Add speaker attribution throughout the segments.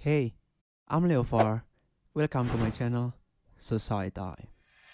Speaker 1: Hey, I'm Leofar. Welcome to my channel, Society.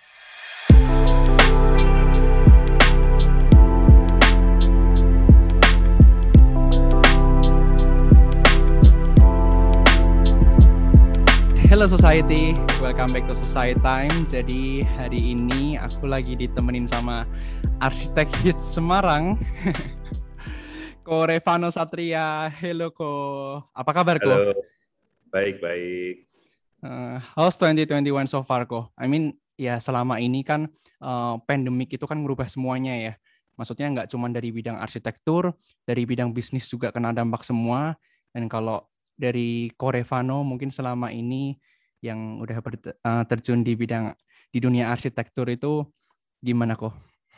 Speaker 2: Hello Society, welcome back to Society Time. Jadi hari ini aku lagi ditemenin sama arsitek hits Semarang, Ko Revano Satria. Hello Ko, apa kabar Ko?
Speaker 3: Halo, baik-baik.
Speaker 2: How's 2021 so far Ko? Ya selama ini kan pandemik itu kan merubah semuanya ya. Maksudnya nggak cuma dari bidang arsitektur, dari bidang bisnis juga kena dampak semua. Dan kalau dari Ko Revano mungkin selama ini yang udah terjun di dunia arsitektur itu gimana Ko?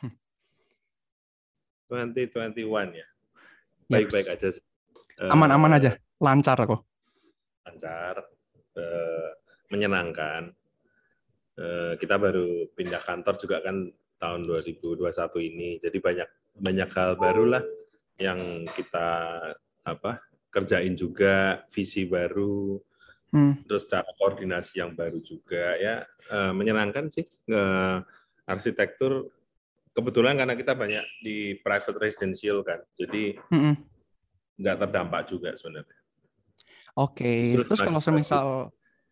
Speaker 3: 2021 ya,
Speaker 2: Yaps.
Speaker 3: baik-baik aja sih.
Speaker 2: Aman-aman aja, lancar Ko.
Speaker 3: Lancar, menyenangkan. Kita baru pindah kantor juga kan tahun 2021 ini, jadi banyak hal baru lah yang kita kerjain juga, visi baru, terus cara koordinasi yang baru juga ya, menyenangkan sih. Arsitektur kebetulan karena kita banyak di private residential kan, jadi nggak terdampak juga sebenarnya.
Speaker 2: Oke. Terus kalau semisal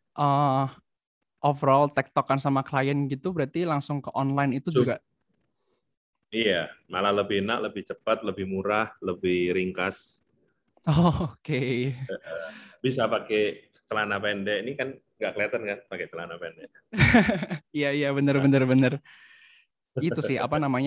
Speaker 2: overall tektokan sama klien gitu, berarti langsung ke online itu juga?
Speaker 3: Iya, malah lebih enak, lebih cepat, lebih murah, lebih ringkas.
Speaker 2: Oh, oke.
Speaker 3: Bisa pakai celana pendek, ini kan nggak kelihatan kan pakai celana pendek.
Speaker 2: Iya, bener. Itu sih,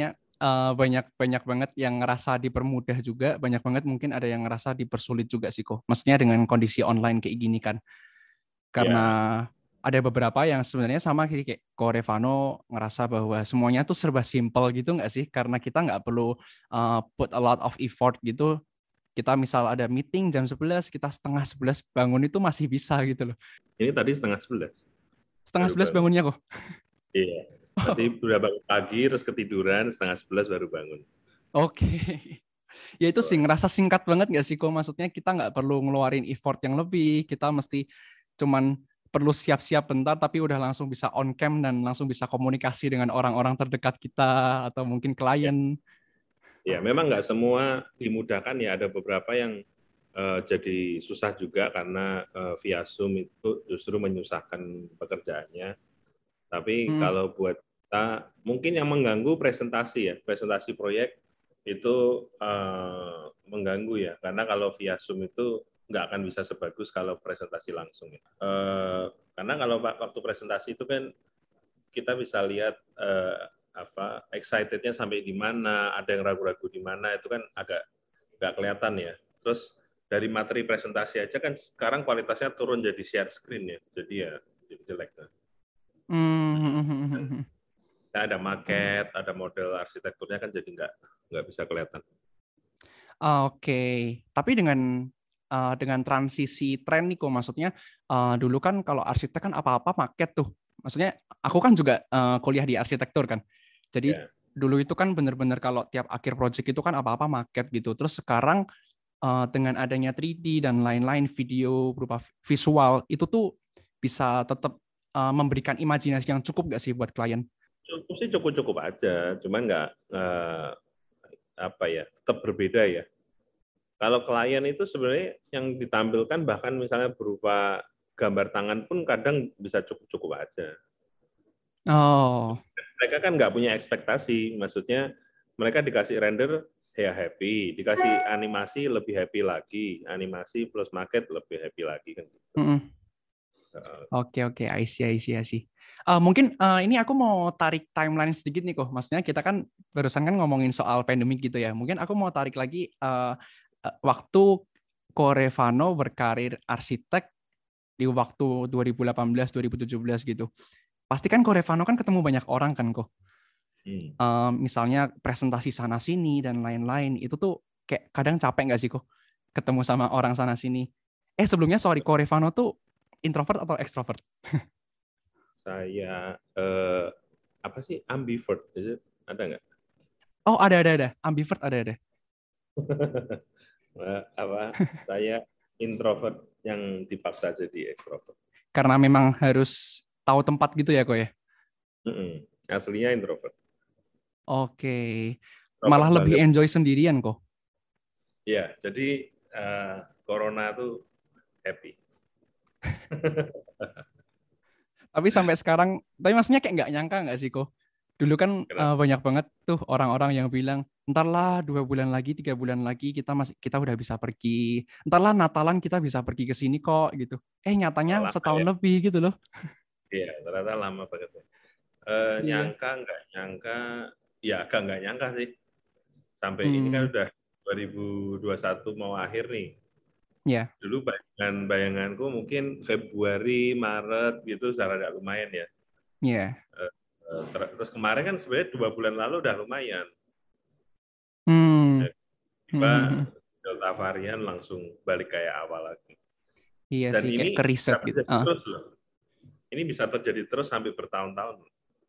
Speaker 2: banyak banget yang ngerasa dipermudah juga, banyak banget mungkin ada yang ngerasa dipersulit juga sih kok. Maksudnya dengan kondisi online kayak gini kan. Karena ada beberapa yang sebenarnya sama kayak Ko Revano ngerasa bahwa semuanya tuh serba simple gitu nggak sih? Karena kita nggak perlu put a lot of effort gitu. Kita misal ada meeting jam 11, kita setengah 11 bangun itu masih bisa gitu loh.
Speaker 3: Ini tadi setengah 11.
Speaker 2: Setengah 11 bangunnya kok?
Speaker 3: Iya, tadi udah bangun pagi, terus ketiduran, setengah 11 baru bangun.
Speaker 2: Oke. Ya itu sih, ngerasa singkat banget nggak sih kok? Maksudnya kita nggak perlu ngeluarin effort yang lebih, kita mesti cuman perlu siap-siap bentar, tapi udah langsung bisa on cam dan langsung bisa komunikasi dengan orang-orang terdekat kita atau mungkin klien.
Speaker 3: Ya, memang nggak semua dimudahkan ya. Ada beberapa yang jadi susah juga karena via Zoom itu justru menyusahkan pekerjaannya. Tapi kalau buat kita, mungkin yang mengganggu presentasi ya, presentasi proyek itu mengganggu ya. Karena kalau via Zoom itu nggak akan bisa sebagus kalau presentasi langsung ya. Karena kalau waktu presentasi itu kan kita bisa lihat excitednya sampai di mana, ada yang ragu-ragu di mana, itu kan agak nggak kelihatan ya. Terus dari materi presentasi aja kan sekarang kualitasnya turun jadi share screen ya, jadi ya jadi jelek. Ada market, ada model arsitekturnya kan jadi nggak bisa kelihatan.
Speaker 2: Oke. Tapi dengan transisi tren nih kok, maksudnya dulu kan kalau arsitek kan apa-apa market tuh. Maksudnya aku kan juga kuliah di arsitektur kan. Jadi dulu itu kan bener-bener kalau tiap akhir project itu kan apa-apa market gitu. Terus sekarang dengan adanya 3D dan lain-lain, video berupa visual, itu tuh bisa tetap memberikan imajinasi yang cukup nggak sih buat klien?
Speaker 3: Cukup sih cukup aja, cuman nggak tetap berbeda ya. Kalau klien itu sebenarnya yang ditampilkan bahkan misalnya berupa gambar tangan pun kadang bisa cukup aja.
Speaker 2: Oh.
Speaker 3: Mereka kan nggak punya ekspektasi, maksudnya mereka dikasih render ya happy, dikasih animasi lebih happy lagi, animasi plus market lebih happy lagi kan.
Speaker 2: Oke, I see. Mungkin ini aku mau tarik timeline sedikit nih kok. Maksudnya kita kan barusan kan ngomongin soal pandemik gitu ya. Mungkin aku mau tarik lagi waktu Ko Revano berkarir arsitek di waktu 2018-2017 gitu. Pasti kan Ko Revano kan ketemu banyak orang kan kok. Misalnya presentasi sana sini dan lain-lain. Itu tuh kayak kadang capek nggak sih kok ketemu sama orang sana sini. Sebelumnya sorry, Ko Revano tuh introvert atau extrovert?
Speaker 3: Saya ambivert, ada nggak?
Speaker 2: Oh, ada. Ambivert ada.
Speaker 3: Saya introvert. yang dipaksa jadi ekstrovert.
Speaker 2: Karena memang harus tahu tempat gitu ya, kok ya?
Speaker 3: Aslinya introvert.
Speaker 2: Oke.
Speaker 3: Introvert
Speaker 2: Malah lebih
Speaker 3: banget.
Speaker 2: enjoy sendirian kok.
Speaker 3: Ya, jadi corona tuh happy.
Speaker 2: Tapi sampai sekarang, tapi maksudnya kayak nggak nyangka nggak sih kok? Dulu kan
Speaker 3: Kenapa?
Speaker 2: banyak banget tuh orang-orang yang bilang, entarlah 2 bulan lagi, 3 bulan lagi kita udah bisa pergi. Entarlah Natalan kita bisa pergi ke sini kok gitu. Nyatanya
Speaker 3: Lama
Speaker 2: setahun
Speaker 3: ya.
Speaker 2: lebih gitu loh.
Speaker 3: Iya, ternyata lama banget.
Speaker 2: Iya.
Speaker 3: Nyangka nggak nyangka, ya agak nggak nyangka sih. Sampai ini kan
Speaker 2: Hmm,
Speaker 3: udah 2021 mau akhir nih.
Speaker 2: ya,
Speaker 3: Dulu bayanganku mungkin Februari, Maret gitu secara agak lumayan ya.
Speaker 2: ya.
Speaker 3: Terus kemarin kan sebenarnya 2 bulan lalu udah lumayan.
Speaker 2: Hmm,
Speaker 3: Ya,
Speaker 2: hmm,
Speaker 3: tiba
Speaker 2: hmm, hmm.
Speaker 3: Delta varian langsung balik kayak awal lagi.
Speaker 2: Iya
Speaker 3: Dan
Speaker 2: sih, kayak
Speaker 3: ini
Speaker 2: keriset
Speaker 3: bisa
Speaker 2: gitu.
Speaker 3: terjadi terus loh. Ini bisa terjadi terus sampai bertahun-tahun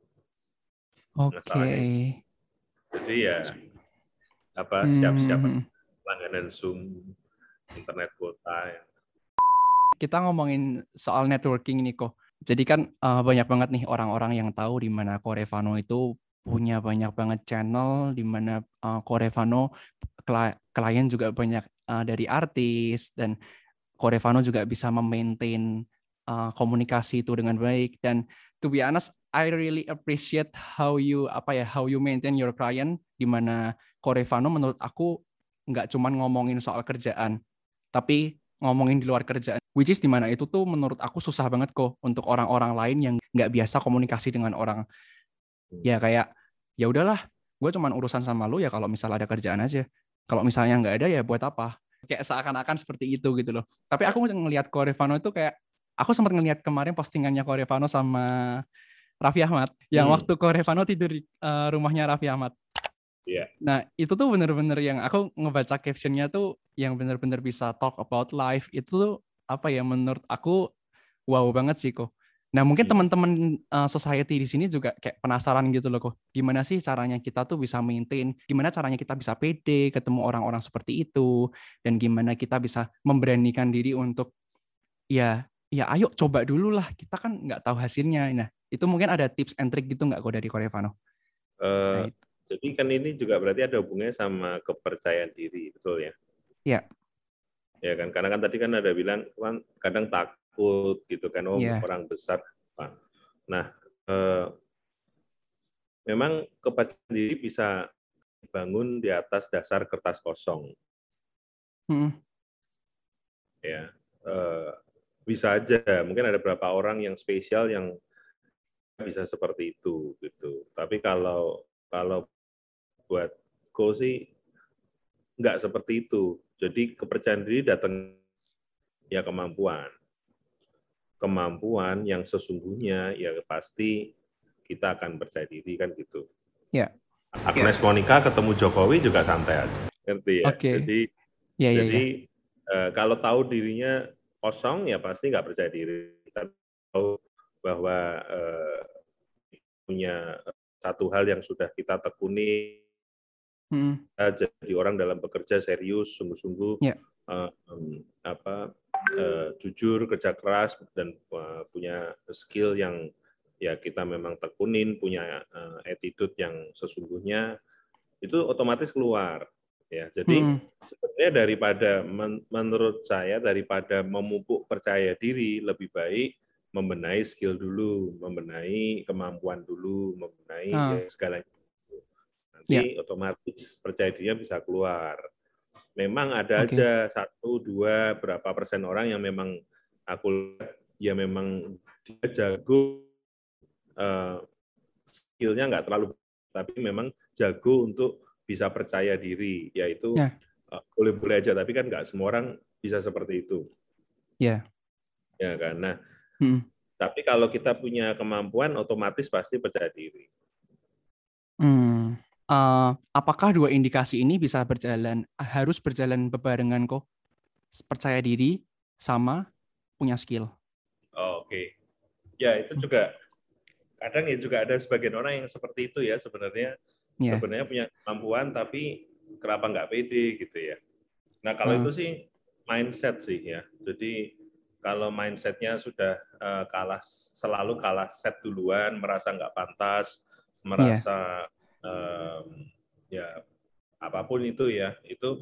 Speaker 2: Oke.
Speaker 3: masalahnya. Jadi ya
Speaker 2: Hmm, hmm,
Speaker 3: siap-siap
Speaker 2: hmm.
Speaker 3: langganan Zoom, internet kuota. Ya.
Speaker 2: Kita ngomongin soal networking nih kok. Jadi kan banyak banget nih orang-orang yang tahu di mana Korevano itu punya banyak banget channel, di mana Korevano klien juga banyak dari artis, dan Korevano juga bisa memaintain komunikasi itu dengan baik. Dan to be honest, I really appreciate how you maintain your client, di mana Korevano menurut aku nggak cuman ngomongin soal kerjaan, tapi ngomongin di luar kerjaan, which is dimana itu tuh menurut aku susah banget kok untuk orang-orang lain yang nggak biasa komunikasi dengan orang. Ya kayak, ya udahlah, gue cuman urusan sama lu ya kalau misalnya ada kerjaan aja. Kalau misalnya nggak ada ya buat apa? Kayak seakan-akan seperti itu gitu loh. Tapi aku ngelihat Korevano itu kayak, aku sempat ngelihat kemarin postingannya Korevano sama Raffi Ahmad, yang waktu Korevano tidur di rumahnya Raffi Ahmad.
Speaker 3: Iya.
Speaker 2: Nah, itu tuh bener-bener yang aku ngebaca captionnya tuh yang bener-bener bisa talk about life. Itu tuh apa ya, menurut aku wow banget sih kok. Nah, mungkin teman-teman society di sini juga kayak penasaran gitu loh kok. Gimana sih caranya kita tuh bisa maintain, gimana caranya kita bisa pede ketemu orang-orang seperti itu, dan gimana kita bisa memberanikan diri untuk ya ayo coba dulu lah. Kita kan nggak tahu hasilnya. Nah, itu mungkin ada tips and trick gitu nggak kok dari Korevano? Nah, itu.
Speaker 3: Jadi kan ini juga berarti ada hubungannya sama kepercayaan diri, betul ya?
Speaker 2: Ya,
Speaker 3: Ya kan, karena kan tadi kan ada bilang kan kadang takut gitu kan,
Speaker 2: ya.
Speaker 3: orang besar. Nah, memang kepercayaan diri bisa dibangun di atas dasar kertas kosong. Ya, bisa aja. Mungkin ada beberapa orang yang spesial yang bisa seperti itu gitu. Tapi kalau buatku sih nggak seperti itu. Jadi kepercayaan diri datang ya kemampuan yang sesungguhnya ya pasti kita akan percaya diri kan gitu.
Speaker 2: Ya.
Speaker 3: Agnes Monica ketemu Jokowi juga santai aja, ngerti ya.
Speaker 2: Oke.
Speaker 3: Jadi
Speaker 2: Ya.
Speaker 3: Kalau tahu dirinya kosong ya pasti nggak percaya diri. Tapi tahu bahwa punya satu hal yang sudah kita tekuni, jadi orang dalam bekerja serius, sungguh-sungguh,
Speaker 2: Ya.
Speaker 3: jujur, kerja keras, dan punya skill yang ya kita memang tekunin, punya attitude yang sesungguhnya, itu otomatis keluar. Ya, jadi sebenarnya menurut saya daripada memupuk percaya diri, lebih baik membenahi skill dulu, membenahi kemampuan dulu, membenahi segalanya. Nanti otomatis percaya dirinya bisa keluar. Memang ada aja 1, 2, berapa persen orang yang memang aku lihat ya memang dia jago, skillnya nggak terlalu, tapi memang jago untuk bisa percaya diri, yaitu boleh-boleh aja, tapi kan nggak semua orang bisa seperti itu. Ya kan. Nah, tapi kalau kita punya kemampuan, otomatis pasti percaya diri.
Speaker 2: Apakah dua indikasi ini bisa harus berjalan bebarengan kok? Percaya diri sama punya skill.
Speaker 3: Oke. Ya, itu juga kadang ya juga ada sebagian orang yang seperti itu ya, sebenarnya punya kemampuan tapi kenapa nggak pede gitu ya. Nah, kalau itu sih mindset sih ya. Jadi kalau mindsetnya sudah selalu kalah set duluan, merasa nggak pantas, merasa ya apapun itu ya, itu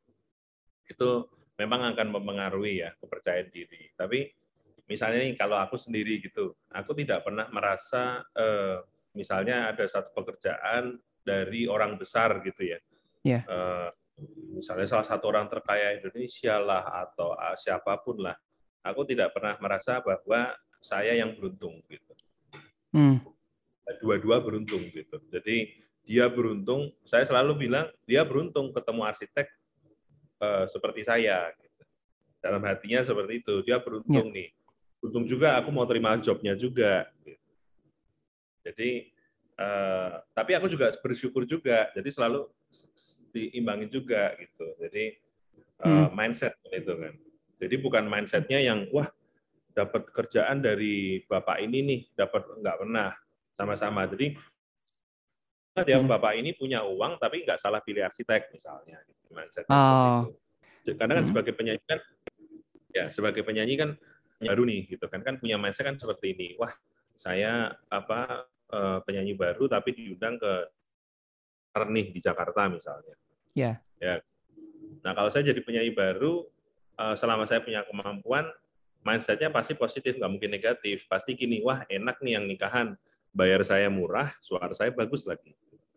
Speaker 3: memang akan mempengaruhi ya kepercayaan diri. Tapi misalnya nih kalau aku sendiri gitu, aku tidak pernah merasa misalnya ada satu pekerjaan dari orang besar gitu ya.
Speaker 2: Iya.
Speaker 3: Misalnya salah satu orang terkaya Indonesia lah atau siapapun lah, aku tidak pernah merasa bahwa saya yang beruntung gitu. Dua-dua beruntung gitu. Jadi dia beruntung, saya selalu bilang dia beruntung ketemu arsitek seperti saya. Gitu. Dalam hatinya seperti itu, dia beruntung nih. Beruntung juga aku mau terima jobnya juga. Gitu. Jadi, tapi aku juga bersyukur juga. Jadi selalu diimbangi juga gitu. Jadi mindset itu kan. Jadi bukan mindsetnya yang wah dapat kerjaan dari bapak ini nih, dapat nggak pernah sama-sama. Jadi dia bapak ini punya uang tapi nggak salah pilih arsitek misalnya. Mindsetnya seperti itu. Karena kan sebagai penyanyi kan baru nih gitu kan punya mindset kan seperti ini. Wah saya penyanyi baru tapi diundang ke nih di Jakarta misalnya.
Speaker 2: Ya.
Speaker 3: Nah kalau saya jadi penyanyi baru, selama saya punya kemampuan, mindsetnya pasti positif, nggak mungkin negatif. Pasti gini, wah enak nih yang nikahan, bayar saya murah, suara saya bagus lagi.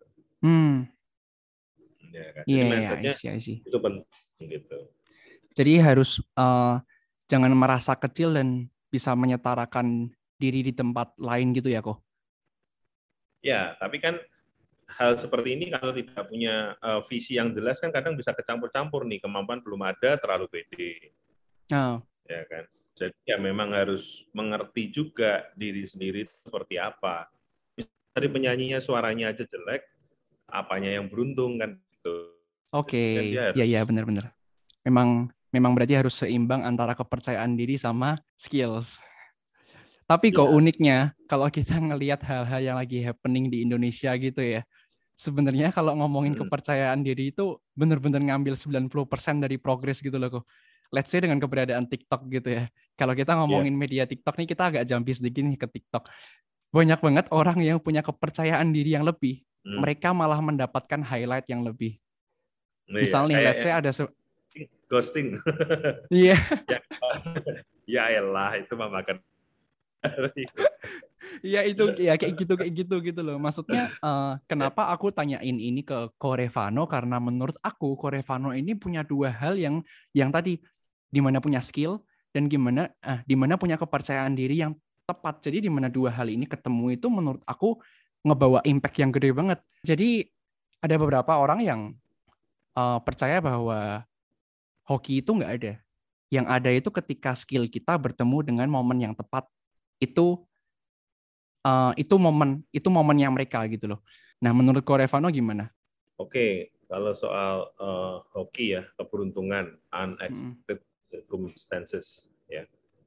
Speaker 3: Ya, kan? Jadi mindsetnya itu penting gitu.
Speaker 2: Jadi harus jangan merasa kecil dan bisa menyetarakan diri di tempat lain gitu ya, kok?
Speaker 3: Ya, tapi kan hal seperti ini kalau tidak punya visi yang jelas kan kadang bisa kecampur-campur nih, kemampuan belum ada, terlalu pede. Ya kan. Jadi ya memang harus mengerti juga diri sendiri seperti apa. Dari penyanyinya suaranya aja jelek, apanya yang beruntung kan gitu.
Speaker 2: Oke, ya benar-benar. Memang berarti harus seimbang antara kepercayaan diri sama skills. Tapi kok uniknya kalau kita ngelihat hal-hal yang lagi happening di Indonesia gitu ya, sebenarnya kalau ngomongin kepercayaan diri itu benar-benar ngambil 90% dari progres gitu loh kok. Let's say dengan keberadaan TikTok gitu ya. Kalau kita ngomongin media TikTok nih, kita agak jumpy sedikit nih ke TikTok. Banyak banget orang yang punya kepercayaan diri yang lebih. Mereka malah mendapatkan highlight yang lebih. Misalnya nih, let's say ada
Speaker 3: ghosting.
Speaker 2: Iya.
Speaker 3: Ya elah, itu mah makan.
Speaker 2: Iya itu ya kayak gitu loh. Maksudnya kenapa aku tanyain ini ke Korevano, karena menurut aku Korevano ini punya dua hal yang tadi, dimana punya skill dan dimana punya kepercayaan diri yang tepat. Jadi dimana dua hal ini ketemu itu menurut aku ngebawa impact yang gede banget. Jadi ada beberapa orang yang percaya bahwa hoki itu nggak ada. Yang ada itu ketika skill kita bertemu dengan momen yang tepat. Itu momennya mereka gitu loh. Nah, menurut Korevano gimana?
Speaker 3: Oke, kalau soal hoki ya, keberuntungan, unexpected circumstances ya.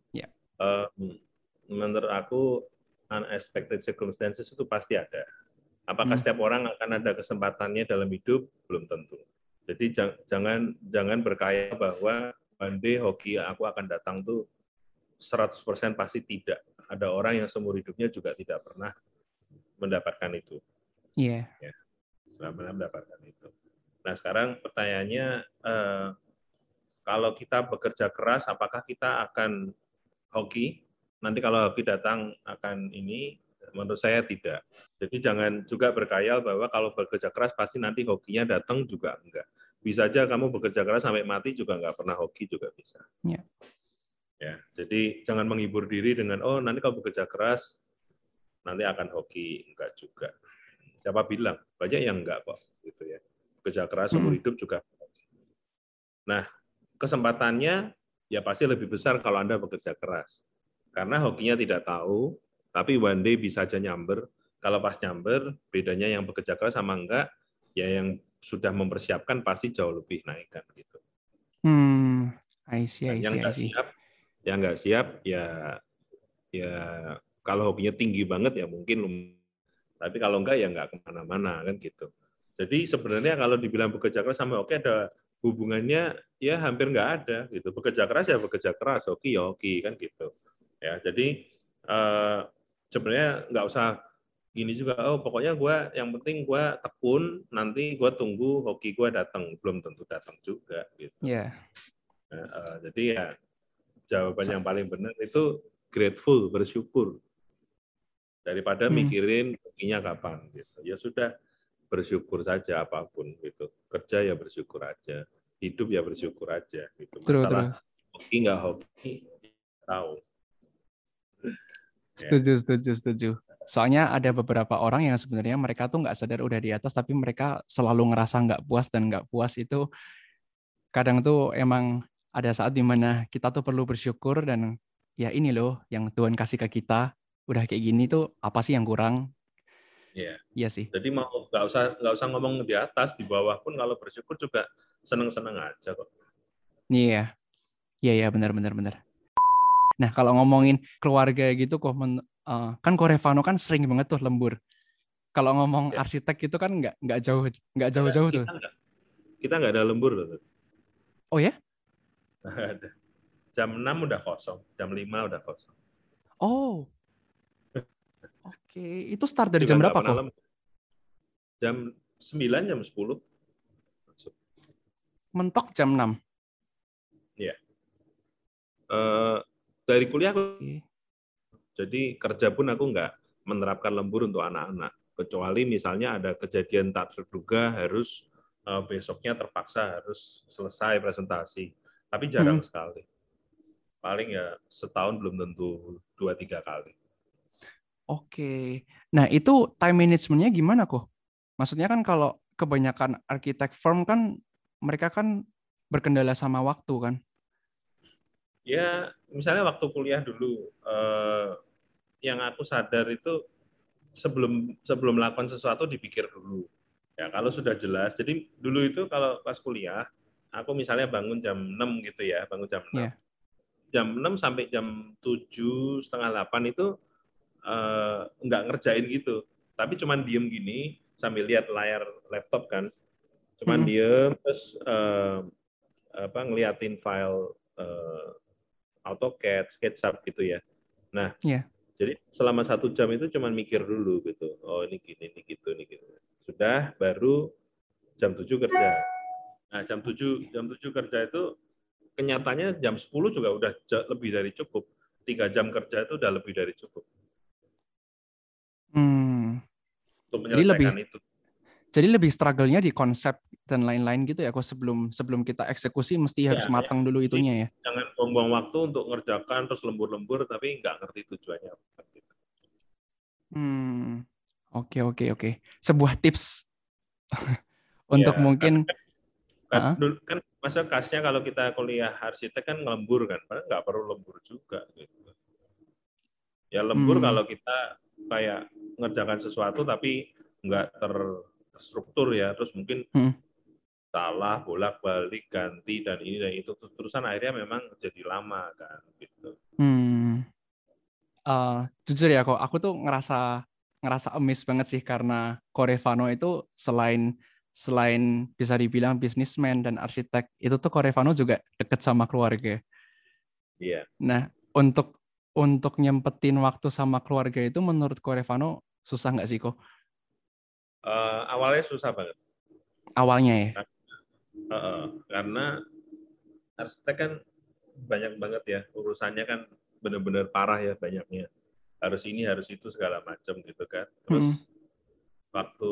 Speaker 3: Menurut aku unexpected circumstances itu pasti ada. Apakah setiap orang akan ada kesempatannya dalam hidup? Belum tentu. Jadi jangan berkaya bahwa one day hoki aku akan datang tuh 100% pasti tidak. Ada orang yang seumur hidupnya juga tidak pernah mendapatkan itu.
Speaker 2: Iya.
Speaker 3: Ya, tidak pernah mendapatkan itu. Nah sekarang pertanyaannya, kalau kita bekerja keras, apakah kita akan hoki? Nanti kalau hoki datang akan ini, menurut saya tidak. Jadi jangan juga berkhayal bahwa kalau bekerja keras pasti nanti hokinya datang juga enggak. Bisa aja kamu bekerja keras sampai mati juga enggak pernah hoki juga bisa.
Speaker 2: Yeah.
Speaker 3: Ya, jadi jangan menghibur diri dengan nanti kalau bekerja keras nanti akan hoki, enggak juga. Siapa bilang? Banyak yang enggak kok, gitu ya. Bekerja keras seumur hidup juga. Nah, kesempatannya ya pasti lebih besar kalau Anda bekerja keras. Karena hokinya tidak tahu, tapi one day bisa aja nyamber. Kalau pas nyamber, bedanya yang bekerja keras sama enggak, ya yang sudah mempersiapkan pasti jauh lebih naik kan gitu.
Speaker 2: I see.
Speaker 3: Yang nggak siap ya kalau hobinya tinggi banget ya mungkin, tapi kalau enggak ya nggak kemana-mana kan gitu. Jadi sebenarnya kalau dibilang bekerja keras sama ada hubungannya ya hampir nggak ada gitu. Bekerja keras ya bekerja keras, hoki ya hoki kan gitu. Ya, jadi sebenarnya nggak usah gini juga. Oh, pokoknya yang penting gue tekun, nanti gue tunggu hoki gue datang. Belum tentu datang juga gitu.
Speaker 2: Iya.
Speaker 3: Jadi ya jawaban yang paling benar itu grateful, bersyukur daripada mikirin hokinya kapan gitu. Ya sudah, bersyukur saja apapun gitu. Kerja ya bersyukur aja, hidup ya bersyukur aja gitu.
Speaker 2: True.
Speaker 3: Masalah hoki nggak hoki tahu.
Speaker 2: Setuju. Soalnya ada beberapa orang yang sebenarnya mereka tuh nggak sadar udah di atas, tapi mereka selalu ngerasa nggak puas, dan nggak puas itu kadang tuh emang ada saat dimana kita tuh perlu bersyukur, dan ya ini loh yang Tuhan kasih ke kita, udah kayak gini tuh apa sih yang kurang?
Speaker 3: Iya.
Speaker 2: Iya sih.
Speaker 3: Jadi mau nggak usah ngomong di atas, di bawah pun kalau bersyukur juga seneng-seneng aja kok.
Speaker 2: Iya benar. Nah kalau ngomongin keluarga gitu kok, kan Korevano kan sering banget tuh lembur. Kalau ngomong
Speaker 3: Ya.
Speaker 2: arsitek itu kan nggak jauh-jauh tuh.
Speaker 3: Kita nggak ada lembur loh.
Speaker 2: Oh ya?
Speaker 3: Nggak ada. Jam 6 udah kosong, jam 5 udah kosong.
Speaker 2: Oh, oke. Itu start dari
Speaker 3: Juga
Speaker 2: jam
Speaker 3: nggak
Speaker 2: berapa
Speaker 3: pernah
Speaker 2: kok?
Speaker 3: lembur. Jam 9, jam 10.
Speaker 2: Mentok jam 6.
Speaker 3: Ya. Dari kuliah
Speaker 2: Oke.
Speaker 3: jadi kerja pun aku nggak menerapkan lembur untuk anak-anak. Kecuali misalnya ada kejadian tak terduga harus besoknya terpaksa harus selesai presentasi. Tapi jarang sekali. Paling ya setahun belum tentu 2-3 kali.
Speaker 2: Oke. Nah, itu time management-nya gimana kok? Maksudnya kan kalau kebanyakan arsitek firm kan mereka kan berkendala sama waktu kan?
Speaker 3: Ya, misalnya waktu kuliah dulu, yang aku sadar itu sebelum melakukan sesuatu dipikir dulu. Ya, kalau sudah jelas. Jadi dulu itu kalau pas kuliah, aku misalnya bangun jam 6 gitu ya, bangun jam 6.
Speaker 2: Iya.
Speaker 3: Jam 6 sampai jam 7, setengah 8 itu nggak ngerjain gitu. Tapi cuman diem gini sambil lihat layar laptop kan. Cuman diem terus ngeliatin file AutoCAD, SketchUp gitu ya. Nah,
Speaker 2: Iya.
Speaker 3: jadi selama 1 jam itu cuma mikir dulu gitu. Oh ini gini, ini gitu, ini gitu. Sudah, baru jam 7 kerja. Nah, jam 7 kerja itu kenyataannya jam 10 juga udah lebih dari cukup. 3 jam kerja itu udah lebih dari cukup untuk
Speaker 2: Jadi lebih
Speaker 3: menyelesaikan itu.
Speaker 2: Jadi lebih struggle-nya di konsep dan lain-lain gitu ya, kok sebelum kita eksekusi mesti harus
Speaker 3: Ya,
Speaker 2: matang dulu
Speaker 3: jadi
Speaker 2: itunya ya.
Speaker 3: jangan buang-buang waktu untuk ngerjakan terus lembur-lembur tapi nggak ngerti tujuannya apa.
Speaker 2: Oke. Sebuah tips untuk
Speaker 3: Ya, karena
Speaker 2: mungkin
Speaker 3: kan masa kasnya kalau kita kuliah arsitek kan lembur kan, padahal nggak perlu lembur juga gitu. Ya lembur kalau kita kayak ngerjakan sesuatu tapi nggak terstruktur ya, terus mungkin salah bolak-balik ganti dan ini dan itu terusan akhirnya memang jadi lama kan gitu.
Speaker 2: Jujur ya kok, aku tuh ngerasa amazed banget sih, karena Korevano itu selain bisa dibilang bisnismen dan arsitek, itu tuh Korevano juga deket sama keluarga.
Speaker 3: Iya.
Speaker 2: Nah, untuk nyempetin waktu sama keluarga itu menurut Korevano susah nggak sih kok?
Speaker 3: Awalnya susah banget.
Speaker 2: Awalnya ya?
Speaker 3: Karena arsitek kan banyak banget ya urusannya, kan benar-benar parah ya banyaknya. Harus ini, harus itu segala macam gitu kan. Terus waktu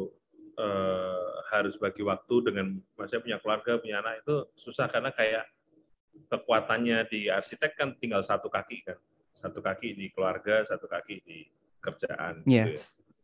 Speaker 3: harus bagi waktu dengan masih punya keluarga, punya anak itu susah karena kayak kekuatannya di arsitek kan tinggal satu kaki kan. Satu kaki di keluarga, satu kaki di kerjaan gitu ya.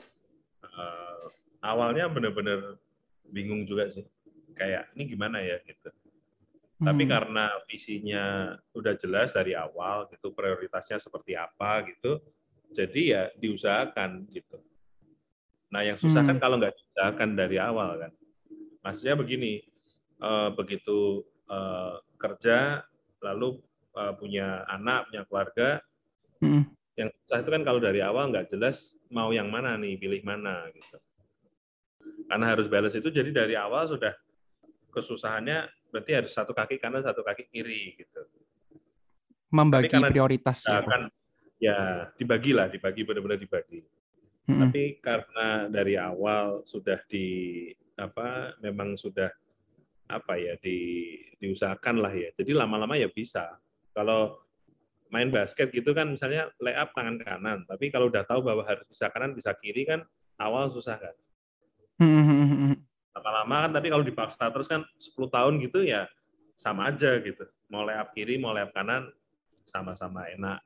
Speaker 3: Awalnya benar-benar bingung juga sih. Kayak ini gimana ya gitu. Tapi karena visinya udah jelas dari awal gitu, prioritasnya seperti apa gitu, jadi ya diusahakan gitu. Nah yang susah kan kalau nggak diusahakan dari awal kan. Maksudnya begini, begitu kerja lalu punya anak, punya keluarga, yang susah itu kan kalau dari awal nggak jelas mau yang mana nih, pilih mana gitu. Karena harus balance itu, jadi dari awal sudah kesusahannya berarti harus satu kaki kanan, satu kaki kiri gitu. Tapi
Speaker 2: Membagi
Speaker 3: karena
Speaker 2: prioritas ya.
Speaker 3: kan ya dibagi benar-benar dibagi.
Speaker 2: Mm-mm.
Speaker 3: Tapi karena dari awal sudah memang sudah diusahakan lah ya. Jadi lama-lama ya bisa. Kalau main basket gitu kan misalnya lay up tangan kanan, tapi kalau udah tahu bahwa harus bisa kanan bisa kiri kan awal susah kan. Lama-lama kan tapi kalau dipaksa terus kan 10 tahun gitu ya sama aja gitu. Mau lay up kiri, mau lay up kanan sama-sama enak.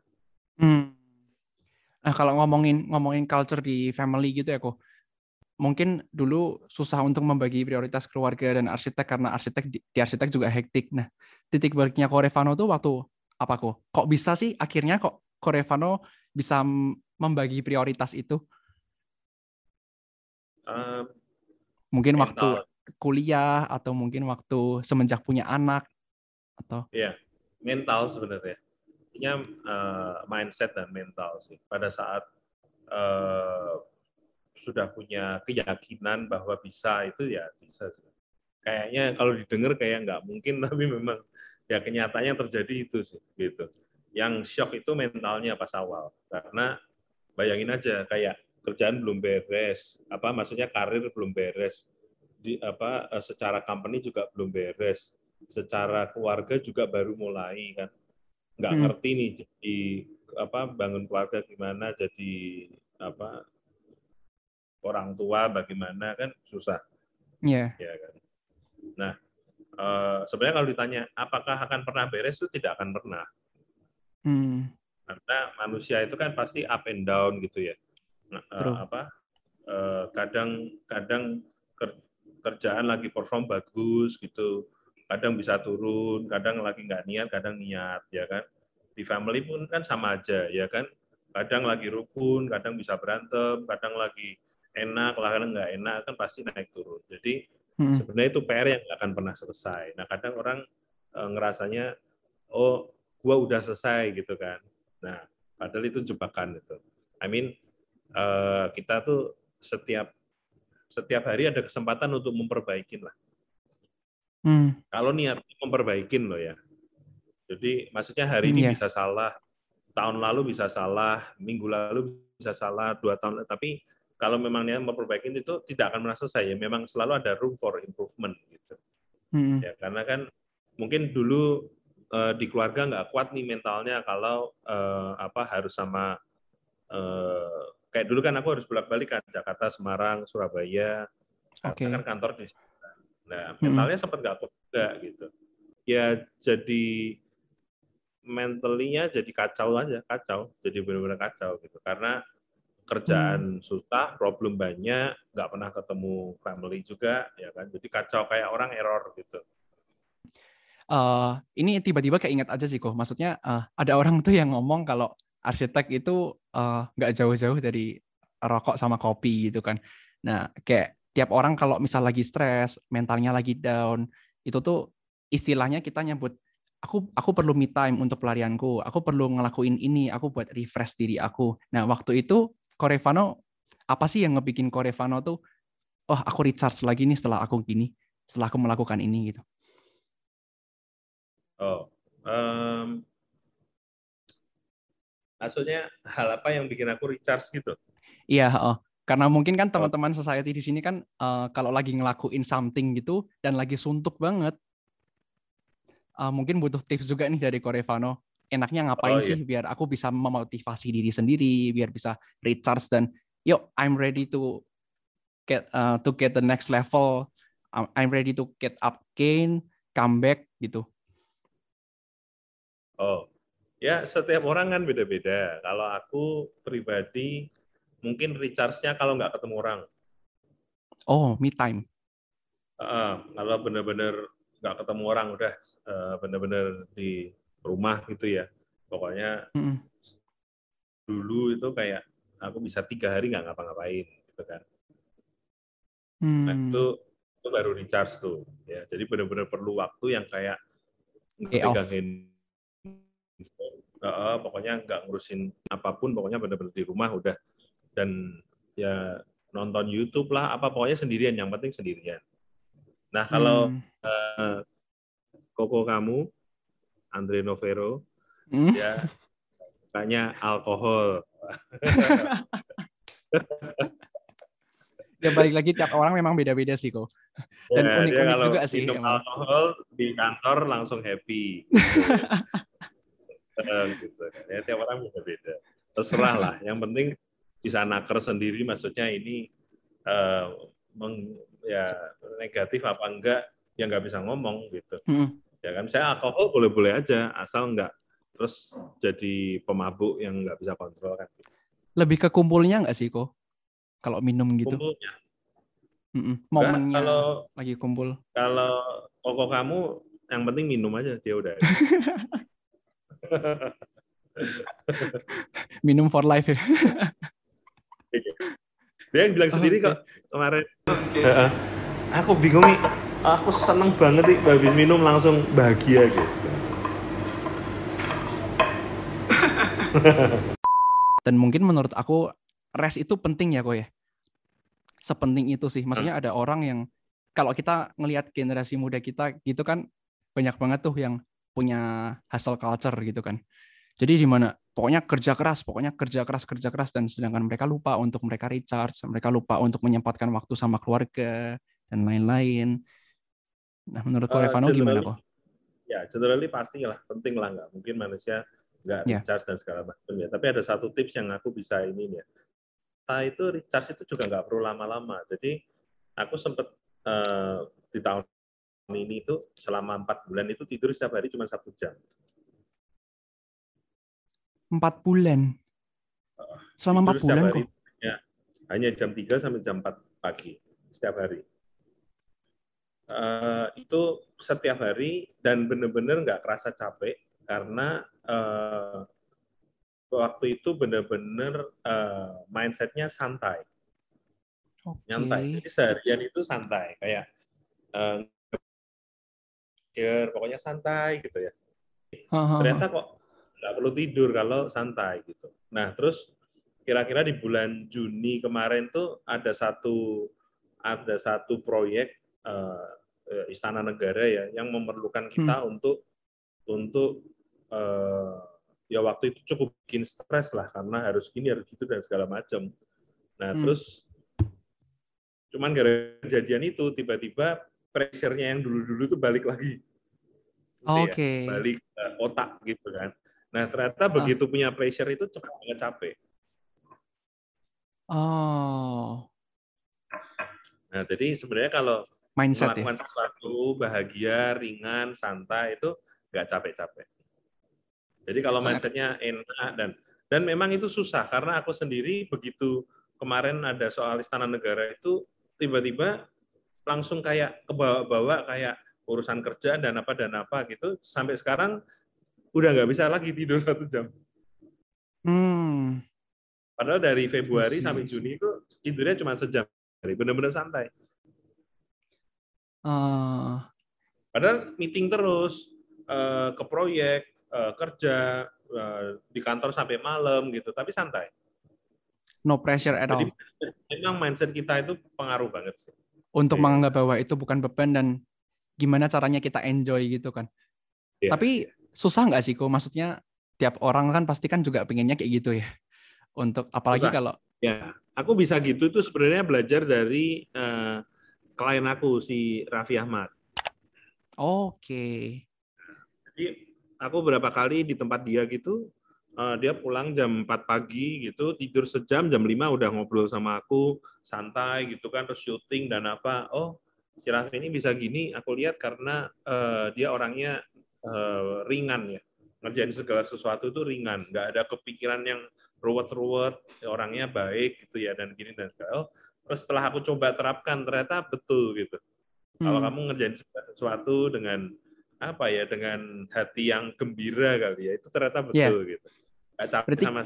Speaker 2: Nah, kalau ngomongin culture di family gitu ya kok. Mungkin dulu susah untuk membagi prioritas keluarga dan arsitek karena di arsitek juga hektik. Nah, titik baliknya Korevano tuh waktu apa kok? Kok bisa sih akhirnya kok Korevano bisa membagi prioritas itu? Mungkin waktu
Speaker 3: Mental.
Speaker 2: kuliah atau mungkin waktu semenjak punya anak atau
Speaker 3: Ya, mental sebenarnya. Ini mindset dan mental sih. Pada saat sudah punya keyakinan bahwa bisa itu ya bisa. Kayaknya kalau didengar kayak nggak mungkin, tapi memang ya kenyataannya terjadi itu sih gitu. Yang shock itu mentalnya pas awal, karena bayangin aja kayak kerjaan belum beres, maksudnya karir belum beres, secara company juga belum beres, secara keluarga juga baru mulai kan, nggak ngerti nih jadi bangun keluarga gimana, jadi orang tua bagaimana kan susah.
Speaker 2: ya.
Speaker 3: Ya kan. Nah, sebenarnya kalau ditanya apakah akan pernah beres itu tidak akan pernah. Karena manusia itu kan pasti up and down gitu ya. Kadang kerjaan lagi perform bagus gitu, kadang bisa turun, kadang lagi nggak niat, kadang niat, ya kan. Di family pun kan sama aja, ya kan. Kadang lagi rukun, kadang bisa berantem, kadang lagi enak, kadang nggak enak, kan pasti naik turun. Jadi sebenarnya itu PR yang nggak akan pernah selesai. Nah, kadang orang ngerasanya, oh, gua udah selesai gitu kan. Nah, padahal itu jebakan itu. Kita tuh setiap hari ada kesempatan untuk memperbaikin lah. Kalau niat memperbaikin loh ya. Jadi maksudnya hari ini bisa salah, tahun lalu bisa salah, minggu lalu bisa salah, 2 tahun, tapi kalau memang niat memperbaikin itu tidak akan pernah selesai ya. Memang selalu ada room for improvement gitu. Ya karena kan mungkin dulu di keluarga nggak kuat nih mentalnya kalau harus sama kayak dulu kan aku harus bolak-balik kan Jakarta, Semarang, Surabaya, karena kan kantor di sana. Nah, mentalnya sempat nggak kuat juga gitu. Ya jadi mentally-nya jadi kacau aja, jadi benar-benar kacau gitu. Karena kerjaan susah, problem banyak, nggak pernah ketemu family juga, ya kan. Jadi kacau kayak orang error gitu.
Speaker 2: Ini tiba-tiba keinget aja sih kok. Maksudnya ada orang tuh yang ngomong kalau arsitek itu nggak jauh-jauh dari rokok sama kopi gitu kan. Nah, kayak tiap orang kalau misal lagi stres, mentalnya lagi down, itu tuh istilahnya kita nyebut aku perlu me time untuk pelarianku, aku perlu ngelakuin ini, aku buat refresh diri aku. Nah, waktu itu Korevano apa sih yang ngebikin Korevano tuh, oh aku recharge lagi nih setelah aku melakukan ini gitu.
Speaker 3: Maksudnya hal apa yang bikin aku recharge gitu?
Speaker 2: Iya, karena mungkin kan teman-teman society di sini kan kalau lagi ngelakuin something gitu dan lagi suntuk banget, mungkin butuh tips juga nih dari Korevano. Enaknya ngapain sih biar aku bisa memotivasi diri sendiri, biar bisa recharge dan yuk I'm ready to get the next level, I'm ready to get up again, come back gitu.
Speaker 3: Ya setiap orang kan beda-beda. Kalau aku pribadi mungkin recharge-nya kalau nggak ketemu orang.
Speaker 2: Me time.
Speaker 3: Kalau benar-benar nggak ketemu orang, udah benar-benar di rumah gitu ya. Pokoknya dulu itu kayak aku bisa 3 hari nggak ngapa-ngapain gitu kan. Nah, itu baru recharge tuh. Ya, jadi benar-benar perlu waktu yang kayak nggak pegangin. Pokoknya nggak ngurusin apapun, pokoknya benar-benar di rumah udah, dan ya nonton YouTube lah, pokoknya sendirian, yang penting sendirian. Nah kalau koko kamu, Andre Novero, ya sukanya alkohol.
Speaker 2: Ya balik lagi tiap orang memang beda-beda sih kok. Dan
Speaker 3: Ya, dia
Speaker 2: unik-unik
Speaker 3: kalau
Speaker 2: juga sih
Speaker 3: minum
Speaker 2: emang.
Speaker 3: alkohol di kantor langsung happy. Gitu. Gitu. Ya, tiap orang beda-beda. Terserah lah. Yang penting bisa naker sendiri. Maksudnya ini ya negatif apa enggak, ya nggak bisa ngomong gitu. Ya kan, saya alkohol boleh-boleh aja, asal enggak terus jadi pemabuk yang nggak bisa kontrol kan.
Speaker 2: Lebih ke kumpulnya nggak sih kok? Kalau minum gitu.
Speaker 3: Kumpulnya.
Speaker 2: Momennya
Speaker 3: Kalau
Speaker 2: lagi kumpul.
Speaker 3: Kalau koko kamu yang penting minum aja dia udah.
Speaker 2: Minum for life ya.
Speaker 3: Dia yang bilang sendiri kok kemarin. Aku bingung nih. Aku seneng banget nih habis minum langsung bahagia gitu.
Speaker 2: Dan mungkin menurut aku rest itu penting ya kok ya. Sepenting itu sih. Maksudnya ada orang yang kalau kita ngelihat generasi muda kita gitu kan banyak banget tuh yang punya hustle culture gitu kan. Jadi di mana pokoknya kerja keras dan sedangkan mereka lupa untuk mereka recharge, mereka lupa untuk menyempatkan waktu sama keluarga dan lain-lain. Nah, menurut Revano gimana kok?
Speaker 3: Ya, generally pastilah, penting lah, nggak mungkin manusia nggak recharge dan segala macam ya. Tapi ada satu tips yang aku bisa ini ya. Itu recharge itu juga nggak perlu lama-lama. Jadi aku sempat di tahun ini itu selama 4 bulan itu tidur setiap hari cuma 1 jam.
Speaker 2: 4 bulan? Selama 4 bulan kok?
Speaker 3: Ya, hanya jam 3 sampai jam 4 pagi setiap hari. Itu setiap hari dan benar-benar nggak kerasa capek karena waktu itu benar-benar mindset-nya santai. Nyantai. Jadi seharian itu santai, kayak pokoknya santai gitu ya. Ternyata kok nggak perlu tidur kalau santai gitu. Nah, terus kira-kira di bulan Juni kemarin tuh ada satu proyek Istana Negara ya yang memerlukan kita untuk ya waktu itu cukup bikin stres lah karena harus gini harus gitu dan segala macam. Nah, terus cuman gara-gara kejadian itu tiba-tiba pressure-nya yang dulu-dulu itu balik lagi. Ya, balik ke otak gitu kan. Nah, ternyata begitu punya pressure itu cepat banget capek. Nah, jadi sebenarnya kalau
Speaker 2: mindset
Speaker 3: melakukan sesuatu bahagia, ringan, santai itu nggak capek-capek. Jadi kalau mindset-nya enak dan memang itu susah karena aku sendiri begitu kemarin ada soal Istana Negara itu tiba-tiba langsung kayak kebawa-bawa kayak urusan kerja dan apa gitu sampai sekarang udah nggak bisa lagi tidur 1 jam. Padahal dari Februari sampai Juni itu tidurnya cuma sejam, benar-benar santai. Padahal meeting terus, ke proyek, kerja, di kantor sampai malam gitu, tapi santai.
Speaker 2: No pressure at all.
Speaker 3: Jadi memang mindset kita itu pengaruh banget sih.
Speaker 2: Untuk menganggap bahwa itu bukan beban dan gimana caranya kita enjoy gitu kan. Tapi susah nggak sih kok? Maksudnya tiap orang kan pasti kan juga pengennya kayak gitu ya. Untuk apalagi susah. Kalau
Speaker 3: ya aku bisa gitu itu sebenarnya belajar dari klien aku si Raffi Ahmad. Jadi aku berapa kali di tempat dia gitu, dia pulang jam 4 pagi gitu, tidur sejam, jam 5 udah ngobrol sama aku, santai gitu kan, terus syuting dan apa. Oh, si Raffi ini bisa gini, aku lihat karena dia orangnya ringan ya, ngerjain segala sesuatu itu ringan, nggak ada kepikiran yang ruwet-ruwet, orangnya baik gitu ya, dan gini dan segala. Oh, terus setelah aku coba terapkan, ternyata betul gitu. Kalau kamu ngerjain sesuatu dengan apa ya, dengan hati yang gembira kali ya, itu ternyata betul gitu. Nggak capek sama.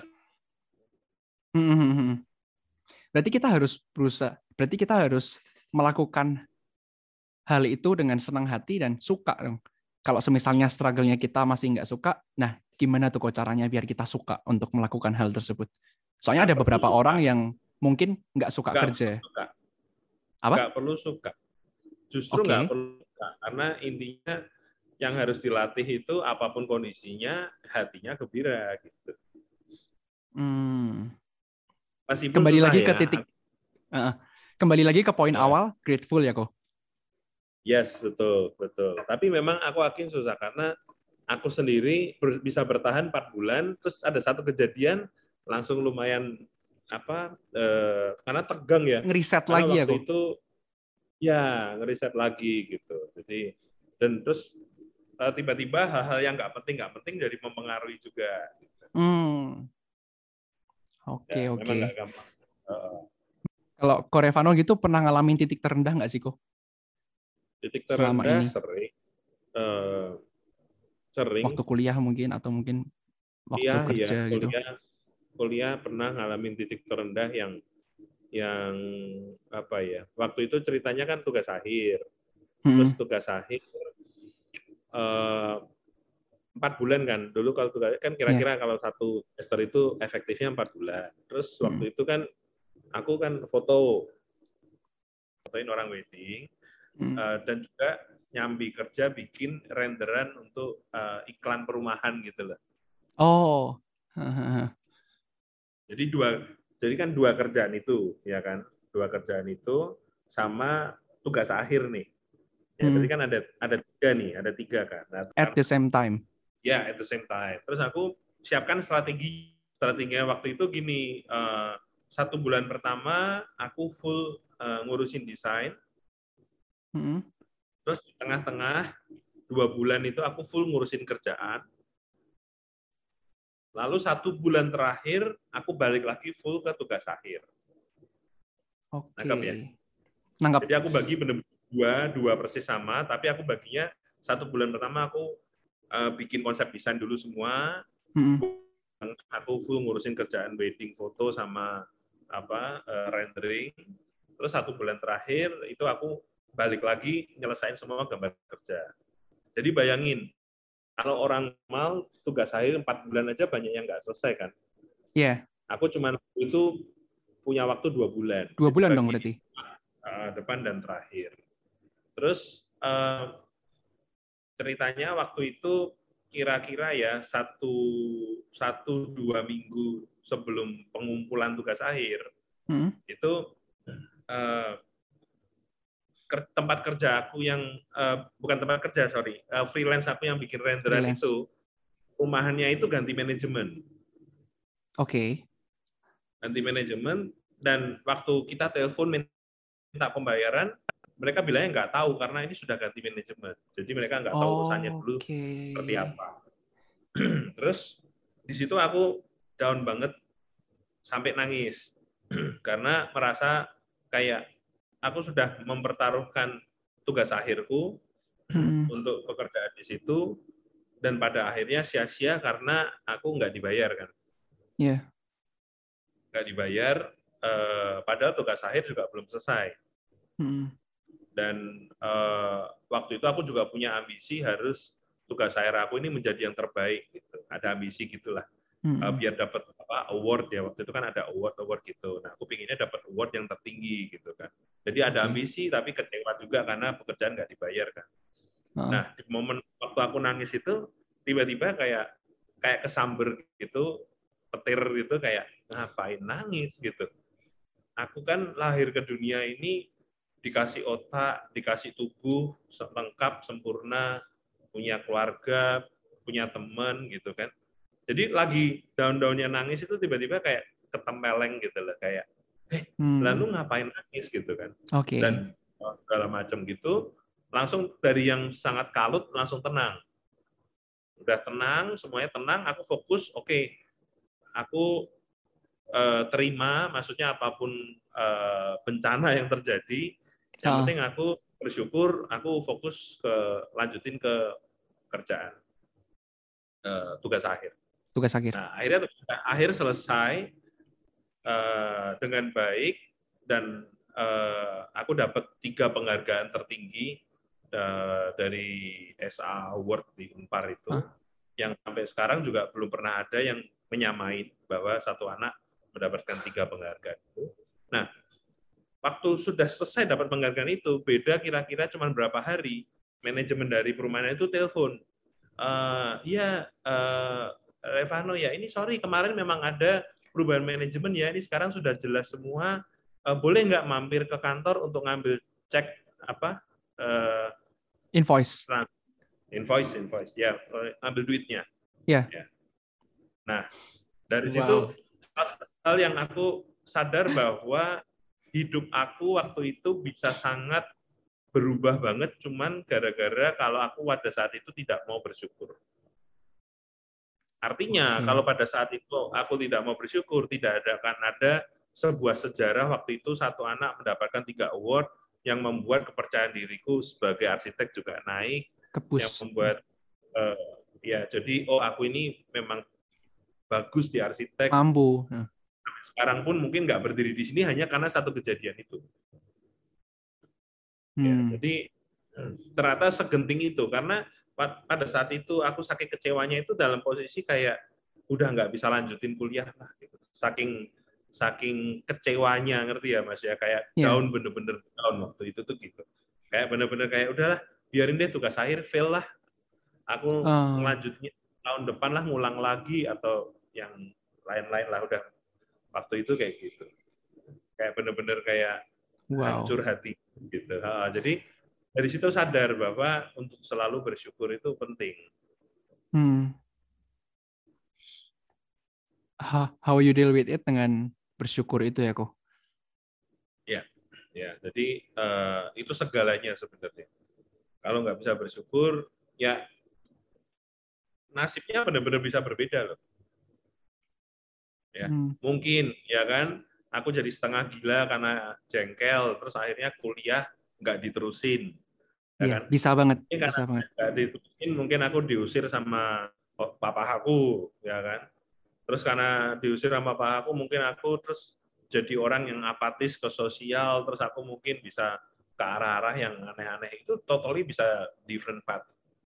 Speaker 2: Berarti kita harus berusaha, berarti kita harus melakukan hal itu dengan senang hati dan suka dong. Kalau semisalnya struggle-nya kita masih nggak suka, nah gimana tuh kok caranya biar kita suka untuk melakukan hal tersebut? Soalnya ada beberapa orang yang mungkin nggak suka kerja.
Speaker 3: Nggak perlu suka. Justru nggak perlu suka. Karena intinya yang harus dilatih itu apapun kondisinya, hatinya gembira gitu. Meskipun
Speaker 2: Kembali
Speaker 3: susah
Speaker 2: lagi ke
Speaker 3: ya.
Speaker 2: titik, kembali lagi ke poin awal, grateful ya kok.
Speaker 3: Yes, betul, betul. Tapi memang aku yakin susah karena aku sendiri bisa bertahan 4 bulan, terus ada satu kejadian langsung lumayan karena tegang ya.
Speaker 2: Ngeriset
Speaker 3: Karena
Speaker 2: lagi ya
Speaker 3: waktu
Speaker 2: kok.
Speaker 3: itu ya ngeriset lagi gitu. Jadi dan terus tiba-tiba hal-hal yang nggak penting jadi mempengaruhi juga.
Speaker 2: Oke.
Speaker 3: Memang nggak gampang.
Speaker 2: Kalau Korevano gitu pernah ngalamin titik terendah nggak sih kok?
Speaker 3: Titik
Speaker 2: Selama
Speaker 3: terendah
Speaker 2: ini?
Speaker 3: Sering.
Speaker 2: Waktu kuliah mungkin atau mungkin waktu kerja gitu.
Speaker 3: Kuliah pernah ngalamin titik terendah yang apa ya? Waktu itu ceritanya kan tugas akhir. Terus tugas akhir 4 bulan kan. Dulu kalau tugas kan kira-kira kalau satu semester itu efektifnya 4 bulan. Terus waktu itu kan aku kan fotoin orang wedding dan juga nyambi kerja bikin renderan untuk iklan perumahan gitu loh.
Speaker 2: Oh.
Speaker 3: Jadi kan dua kerjaan itu, ya kan? Dua kerjaan itu sama tugas akhir nih. Ya, berarti kan ada tiga kan. Nah,
Speaker 2: at the same time.
Speaker 3: Ya, at the same time. Terus aku siapkan strateginya waktu itu gini. 1 bulan pertama aku full ngurusin desain. Terus di tengah-tengah 2 bulan itu aku full ngurusin kerjaan. Lalu 1 bulan terakhir aku balik lagi full ke tugas akhir.
Speaker 2: Oke.
Speaker 3: Nangkap ya? Jadi aku bagi benar-benar dua persis sama, tapi aku baginya 1 bulan pertama aku bikin konsep desain dulu semua. Aku full ngurusin kerjaan wedding foto sama rendering. Terus 1 bulan terakhir itu aku balik lagi nyelesain semua gambar kerja. Jadi bayangin, kalau orang normal tugas akhir 4 bulan aja banyak yang nggak selesai kan?
Speaker 2: Iya.
Speaker 3: Aku cuma itu punya waktu 2 bulan.
Speaker 2: 2 bulan dong berarti?
Speaker 3: Depan dan terakhir. Terus ceritanya waktu itu kira-kira ya 1-2 minggu sebelum pengumpulan tugas akhir, itu tempat kerja aku yang bukan tempat kerja, freelance aku yang bikin renderan itu, rumahannya itu ganti manajemen.
Speaker 2: Oke.
Speaker 3: Ganti manajemen, dan waktu kita telepon minta pembayaran, mereka bilangnya nggak tahu karena ini sudah ganti manajemen. Jadi mereka nggak tahu urusannya dulu seperti apa. Terus di situ aku down banget sampai nangis karena merasa kayak aku sudah mempertaruhkan tugas akhirku untuk pekerjaan di situ, dan pada akhirnya sia-sia karena aku nggak dibayar kan.
Speaker 2: Iya.
Speaker 3: Nggak dibayar, padahal tugas akhir juga belum selesai. Dan waktu itu aku juga punya ambisi harus tugas akhir aku ini menjadi yang terbaik gitu. Ada ambisi gitulah. Biar dapat award ya, waktu itu kan ada award gitu. Nah, aku pinginnya dapat award yang tertinggi gitu kan. Jadi ada ambisi tapi kecewa juga karena pekerjaan nggak dibayar kan. Nah, di momen waktu aku nangis itu tiba-tiba kayak kesamber gitu, petir gitu, kayak ngapain nangis gitu. Aku kan lahir ke dunia ini dikasih otak, dikasih tubuh lengkap, sempurna, punya keluarga, punya teman gitu kan. Jadi lagi daun-daunnya nangis itu tiba-tiba kayak ketempeleng gitu loh, kayak lalu ngapain nangis gitu kan. Dan segala macam gitu, langsung dari yang sangat kalut langsung tenang. Udah tenang, semuanya tenang, aku fokus, oke. Aku terima, maksudnya apapun bencana yang terjadi, yang penting aku bersyukur, aku fokus lanjutin ke kerjaan, tugas akhir. Nah, akhirnya tugas akhir selesai dengan baik, dan aku dapat 3 penghargaan tertinggi dari SA Award di Unpar itu, yang sampai sekarang juga belum pernah ada yang menyamain bahwa satu anak mendapatkan 3 penghargaan itu. Nah, waktu sudah selesai dapat penghargaan itu, beda kira-kira cuma berapa hari, manajemen dari perumahan itu telepon, Revano ya, ini sorry kemarin memang ada perubahan manajemen ya, ini sekarang sudah jelas semua, boleh nggak mampir ke kantor untuk ngambil cek apa
Speaker 2: Invoice.
Speaker 3: invoice ya, ambil duitnya.
Speaker 2: Ya.
Speaker 3: Ya. Nah, dari situ hal yang aku sadar bahwa hidup aku waktu itu bisa sangat berubah banget, cuman gara-gara kalau aku pada saat itu tidak mau bersyukur. Artinya, kalau pada saat itu aku tidak mau bersyukur, tidak akan ada sebuah sejarah waktu itu satu anak mendapatkan 3 award yang membuat kepercayaan diriku sebagai arsitek juga naik, yang membuat jadi aku ini memang bagus di arsitek.
Speaker 2: Mampu.
Speaker 3: Sekarang pun mungkin nggak berdiri di sini hanya karena satu kejadian itu. Ya, jadi ternyata segenting itu, karena pada saat itu aku saking kecewanya itu dalam posisi kayak udah nggak bisa lanjutin kuliah lah gitu. Saking kecewanya, ngerti ya Mas ya, kayak down, bener-bener down waktu itu tuh gitu. Kayak bener-bener kayak udahlah, biarin deh tugas akhir fail lah. Aku ngelanjutnya tahun depan lah, ngulang lagi atau yang lain-lain lah, udah waktu itu kayak gitu. Kayak bener-bener kayak hancur hati gitu. Jadi dari situ sadar bahwa untuk selalu bersyukur itu penting.
Speaker 2: How you deal with it dengan bersyukur itu ya kok?
Speaker 3: Ya. Jadi itu segalanya sebenarnya. Kalau nggak bisa bersyukur, ya nasibnya benar-benar bisa berbeda loh. Ya, mungkin ya kan, aku jadi setengah gila karena jengkel, terus akhirnya kuliah nggak diterusin. Ya kan?
Speaker 2: Bisa banget.
Speaker 3: Bisa banget. Nggak diterusin, mungkin aku diusir sama papa aku, ya kan. Terus karena diusir sama papa aku, mungkin aku terus jadi orang yang apatis ke sosial, terus aku mungkin bisa ke arah-arah yang aneh-aneh. Itu totally bisa different path.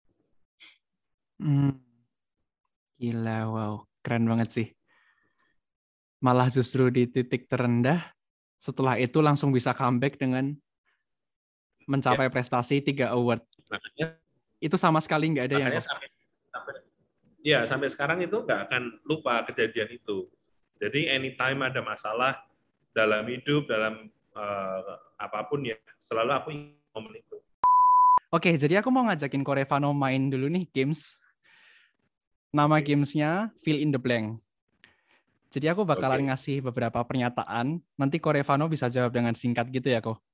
Speaker 2: Gila, wow, keren banget sih. Malah justru di titik terendah, setelah itu langsung bisa comeback dengan mencapai prestasi 3 award.
Speaker 3: Makanya,
Speaker 2: itu sama sekali nggak ada yang
Speaker 3: sampai sekarang itu nggak akan lupa kejadian itu. Jadi anytime ada masalah dalam hidup, dalam apapun ya, selalu aku ingin momen itu.
Speaker 2: Oke, jadi aku mau ngajakin Ko Revano main dulu nih games. Nama gamesnya Fill in the Blank. Jadi aku bakalan ngasih beberapa pernyataan. Nanti Ko Revano bisa jawab dengan singkat gitu ya, Ko.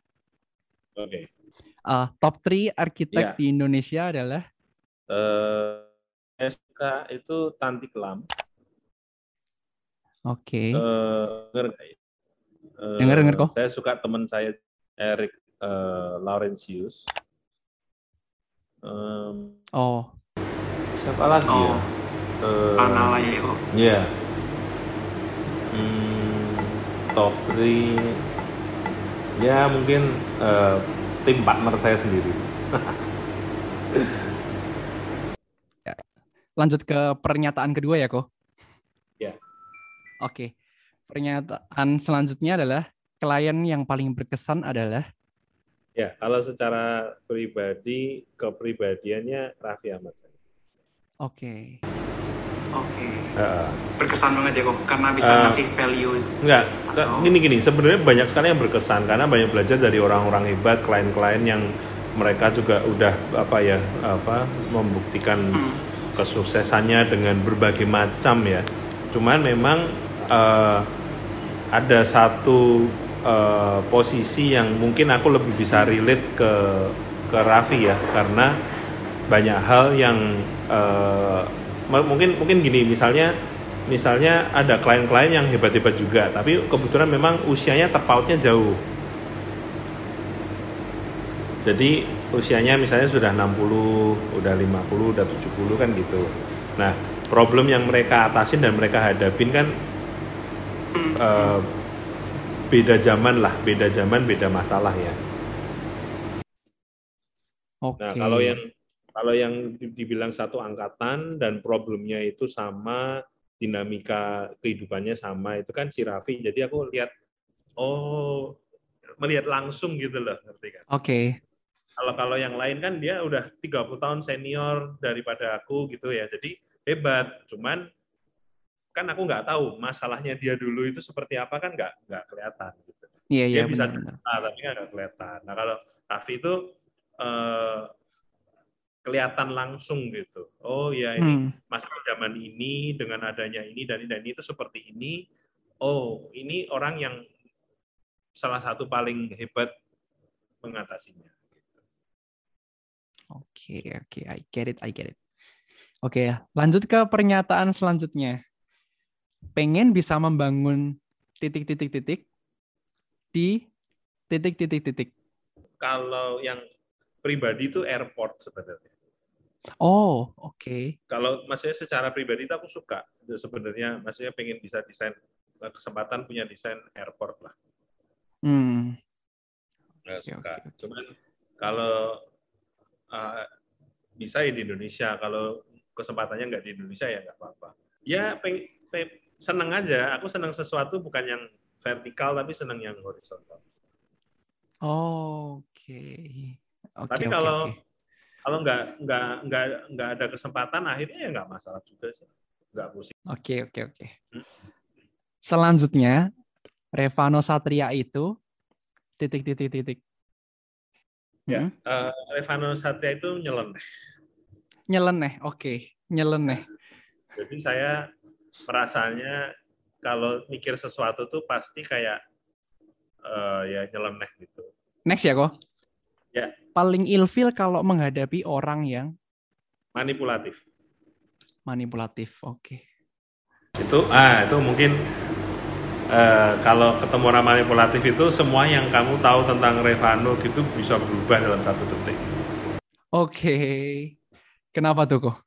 Speaker 2: Top 3 arsitek di Indonesia adalah?
Speaker 3: Saya suka itu Tanti Kelam.
Speaker 2: Dengar kok.
Speaker 3: Saya suka teman saya Eric Laurentius. Siapa lagi ya?
Speaker 2: Analaya kok.
Speaker 3: Iya. Top 3 ya mungkin tim partner saya sendiri.
Speaker 2: Lanjut ke pernyataan kedua ya, Ko?
Speaker 3: Ya.
Speaker 2: Oke. Pernyataan selanjutnya adalah klien yang paling berkesan adalah?
Speaker 3: Ya, kalau secara pribadi, kepribadiannya Raffi Ahmad.
Speaker 2: Oke. Berkesan banget ya, Kok? Karena bisa ngasih value.
Speaker 3: Enggak, gini. Sebenarnya banyak sekali yang berkesan karena banyak belajar dari orang-orang hebat, klien-klien yang mereka juga udah membuktikan kesuksesannya dengan berbagai macam ya. Cuman memang ada satu posisi yang mungkin aku lebih bisa relate ke Raffi ya, karena banyak hal yang mungkin gini, misalnya ada klien-klien yang hebat-hebat juga, tapi kebetulan memang usianya terpautnya jauh. Jadi usianya misalnya sudah 60, udah 50, udah 70 kan gitu. Nah, problem yang mereka atasin dan mereka hadapin kan beda zaman, beda masalah ya. Nah, kalau yang dibilang satu angkatan dan problemnya itu sama, dinamika kehidupannya sama, itu kan si Raffi. Jadi aku lihat, melihat langsung gitu loh, ngerti kan?
Speaker 2: Oke.
Speaker 3: Kalau yang lain kan dia udah 30 tahun senior daripada aku gitu ya. Jadi hebat. Cuman kan aku nggak tahu masalahnya dia dulu itu seperti apa kan nggak kelihatan gitu.
Speaker 2: Iya, iya,
Speaker 3: Dia bisa
Speaker 2: benar-benar.
Speaker 3: cerita tapi nggak kelihatan. Nah kalau Raffi itu eh, kelihatan langsung gitu. Oh ya ini
Speaker 2: Hmm.
Speaker 3: masalah zaman ini dengan adanya ini dan ini itu seperti ini. Oh ini orang yang salah satu paling hebat mengatasinya.
Speaker 2: Oke, oke, I get it, I get it. Oke, lanjut ke pernyataan selanjutnya. Pengen bisa membangun titik-titik-titik di titik-titik-titik.
Speaker 3: Kalau yang pribadi itu airport sebenarnya.
Speaker 2: Oh, oke.
Speaker 3: Kalau maksudnya secara pribadi itu aku suka sebenarnya, maksudnya pengen bisa desain, kesempatan punya desain airport lah.
Speaker 2: Hmm,
Speaker 3: Nggak
Speaker 2: oke,
Speaker 3: suka.
Speaker 2: oke, oke.
Speaker 3: Cuman kalau uh, bisa ya di Indonesia, kalau kesempatannya nggak di Indonesia ya nggak apa-apa. Ya seneng aja. Aku seneng sesuatu bukan yang vertikal tapi seneng yang horizontal.
Speaker 2: Oke, oke,
Speaker 3: Tapi
Speaker 2: oke, oke.
Speaker 3: kalau nggak ada kesempatan akhirnya ya nggak masalah juga sih. Nggak pusing.
Speaker 2: Oke, oke, oke. Selanjutnya, Revano Satria itu titik-titik-titik.
Speaker 3: Ya, Revano Satria itu nyeleneh.
Speaker 2: Nyeleneh, oke. Nyeleneh.
Speaker 3: Jadi saya merasanya kalau mikir sesuatu tuh pasti kayak ya nyeleneh gitu.
Speaker 2: Next ya, kok.
Speaker 3: Ya,
Speaker 2: Paling ilfil kalau menghadapi orang yang
Speaker 3: manipulatif.
Speaker 2: manipulatif. Oke.
Speaker 3: Itu mungkin kalau ketemu orang manipulatif itu semua yang kamu tahu tentang Revano gitu bisa berubah dalam 1 detik.
Speaker 2: Oke. Kenapa tuh, kok?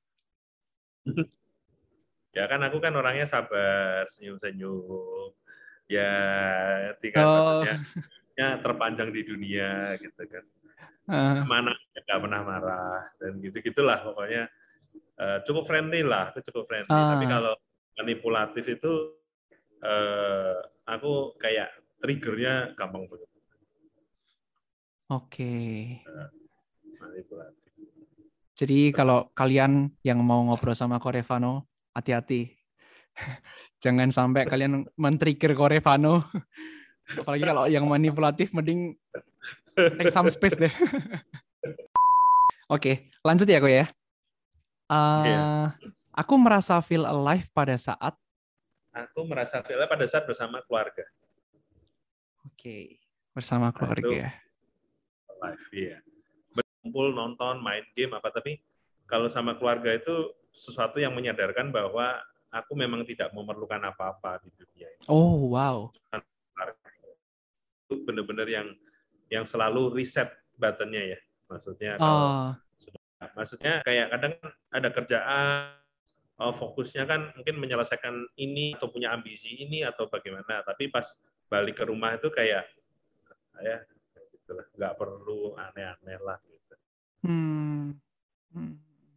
Speaker 3: Ya kan aku kan orangnya sabar, senyum-senyum. Ya, tingkat
Speaker 2: Oh,
Speaker 3: maksudnya ya terpanjang di dunia gitu kan.
Speaker 2: eh,
Speaker 3: Mana nggak pernah marah dan gitu-gitulah pokoknya. Cukup friendly lah, aku cukup friendly. Tapi
Speaker 2: ah,
Speaker 3: kalau manipulatif itu aku kayak triggernya gampang banget.
Speaker 2: oke.
Speaker 3: Manipulatif.
Speaker 2: Jadi kalau kalian yang mau ngobrol sama Korevano, hati-hati. Jangan sampai kalian men-trigger Korevano. Apalagi kalau yang manipulatif, mending take some space deh. Oke, lanjut ya, kok ya.
Speaker 3: Iya.
Speaker 2: Aku merasa feel alive pada saat.
Speaker 3: Aku merasa feel pada saat bersama keluarga.
Speaker 2: Oke, bersama
Speaker 3: Nah, itu
Speaker 2: keluarga.
Speaker 3: live ya. Berkumpul, nonton, main game apa, tapi kalau sama keluarga itu sesuatu yang menyadarkan bahwa aku memang tidak memerlukan apa-apa di dunia ini.
Speaker 2: Oh, wow.
Speaker 3: Itu benar-benar yang selalu reset buttonnya ya. Maksudnya kalau
Speaker 2: Oh,
Speaker 3: maksudnya kayak kadang ada kerjaan, fokusnya kan mungkin menyelesaikan ini atau punya ambisi ini atau bagaimana, tapi pas balik ke rumah itu kayak ya gitulah, nggak perlu aneh-aneh lah gitu.
Speaker 2: hmm. Hmm.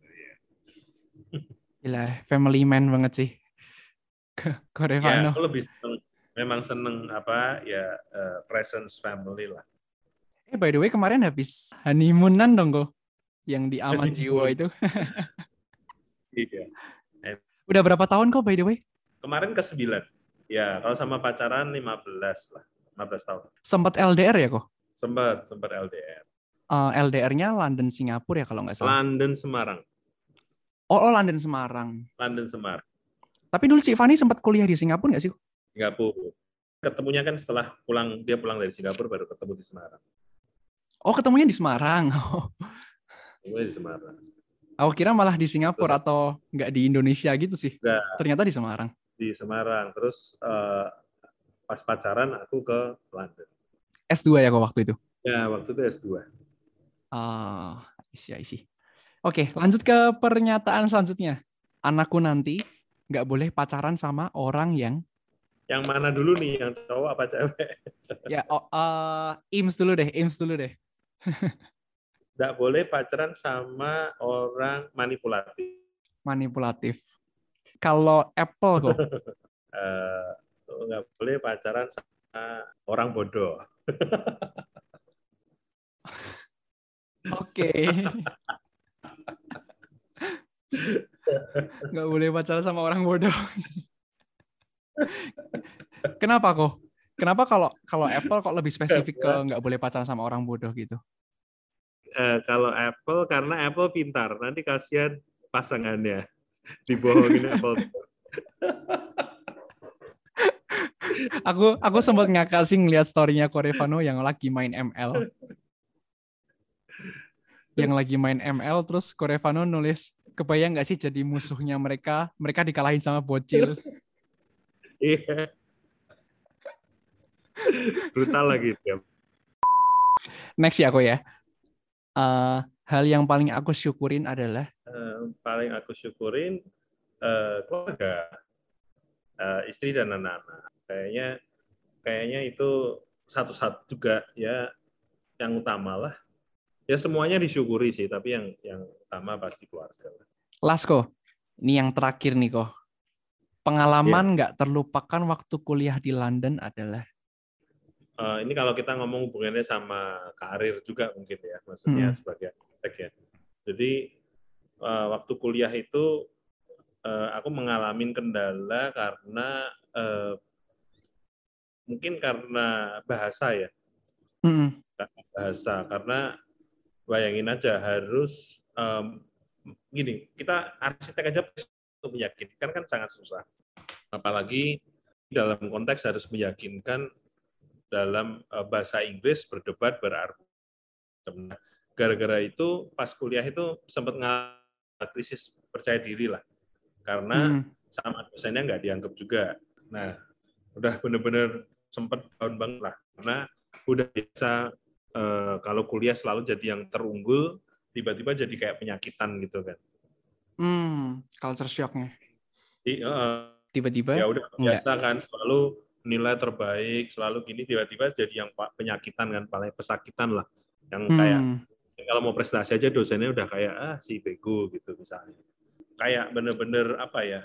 Speaker 2: Gila, family man banget sih.
Speaker 3: Ya,
Speaker 2: Korevano.
Speaker 3: aku lebih memang seneng apa ya presence family lah.
Speaker 2: By the way, kemarin habis honeymoonan dong, kok. Yang di Aman Jiwo itu.
Speaker 3: Iya.
Speaker 2: Udah berapa tahun kok, by the way?
Speaker 3: Kemarin ke-9. Ya, kalau sama pacaran 15 lah. 15 tahun.
Speaker 2: Sempat LDR ya, kok?
Speaker 3: Sempat LDR.
Speaker 2: LDR-nya London Singapura ya kalau nggak salah.
Speaker 3: London Semarang.
Speaker 2: Oh, London Semarang.
Speaker 3: London Semarang.
Speaker 2: Tapi dulu Cik Fani sempat kuliah di Singapura nggak sih?
Speaker 3: Singapura. Ketemunya kan setelah dia pulang dari Singapura baru ketemu di Semarang.
Speaker 2: Oh, ketemunya di Semarang.
Speaker 3: Ketemunya di Semarang.
Speaker 2: Aku kira malah di Singapura
Speaker 3: Terus,
Speaker 2: atau nggak di Indonesia gitu sih.
Speaker 3: enggak,
Speaker 2: Ternyata di Semarang.
Speaker 3: di Semarang. Terus pas pacaran aku ke London.
Speaker 2: S2 ya kok waktu itu?
Speaker 3: Ya, waktu itu S2.
Speaker 2: Ah, isi. Oke, lanjut ke pernyataan selanjutnya. Anakku nanti nggak boleh pacaran sama orang yang
Speaker 3: Yang mana dulu nih, yang cowok apa cewek?
Speaker 2: ya IMS dulu deh,
Speaker 3: Nggak boleh pacaran sama orang manipulatif.
Speaker 2: manipulatif. Kalau Apple kok
Speaker 3: Nggak boleh pacaran sama orang bodoh.
Speaker 2: Oke. Nggak boleh pacaran sama orang bodoh. Kenapa kok? Kenapa kalau kalau Apple kok lebih spesifik ke nggak boleh pacaran sama orang bodoh gitu?
Speaker 3: Kalau Apple, karena Apple pintar, nanti kasihan pasangannya dibohongin Apple.
Speaker 2: Aku sempat ngakak sih ngeliat story-nya Korevano yang lagi main ML. Yang lagi main ML terus Korevano nulis, kebayang nggak sih jadi musuhnya mereka dikalahin sama bocil.
Speaker 3: Iya, brutal lagi dia.
Speaker 2: Next ya aku ya. Hal yang paling aku syukurin adalah
Speaker 3: Paling aku syukurin keluarga, istri dan anak-anak. Kayaknya itu satu-satu juga ya, yang utama lah. Ya semuanya disyukuri sih, tapi yang utama pasti keluarga.
Speaker 2: last kok. Ini yang terakhir nih kok.
Speaker 3: Ya.
Speaker 2: Pengalaman nggak terlupakan waktu kuliah di London adalah
Speaker 3: Ini kalau kita ngomong hubungannya sama karir juga mungkin ya, maksudnya sebagai arsitek ya. Jadi waktu kuliah itu aku mengalami kendala karena mungkin karena bahasa ya. Karena bayangin aja harus gini, kita arsitek aja untuk meyakinkan kan sangat susah. Apalagi dalam konteks harus meyakinkan dalam bahasa Inggris, berdebat, berargumen. Gara-gara itu pas kuliah itu sempat ngalami krisis percaya diri lah, karena sama dosennya nggak dianggap juga. Nah, udah bener-bener sempat down banget lah, karena udah biasa kalau kuliah selalu jadi yang terunggul, tiba-tiba jadi kayak penyakitan gitu kan.
Speaker 2: Culture shock-nya.
Speaker 3: Tiba-tiba ya udah biasa kan, selalu nilai terbaik, selalu gini, tiba-tiba jadi yang penyakitan kan, paling pesakitan lah, yang kayak kalau mau prestasi aja dosennya udah kayak si bego gitu misalnya, kayak bener-bener apa ya,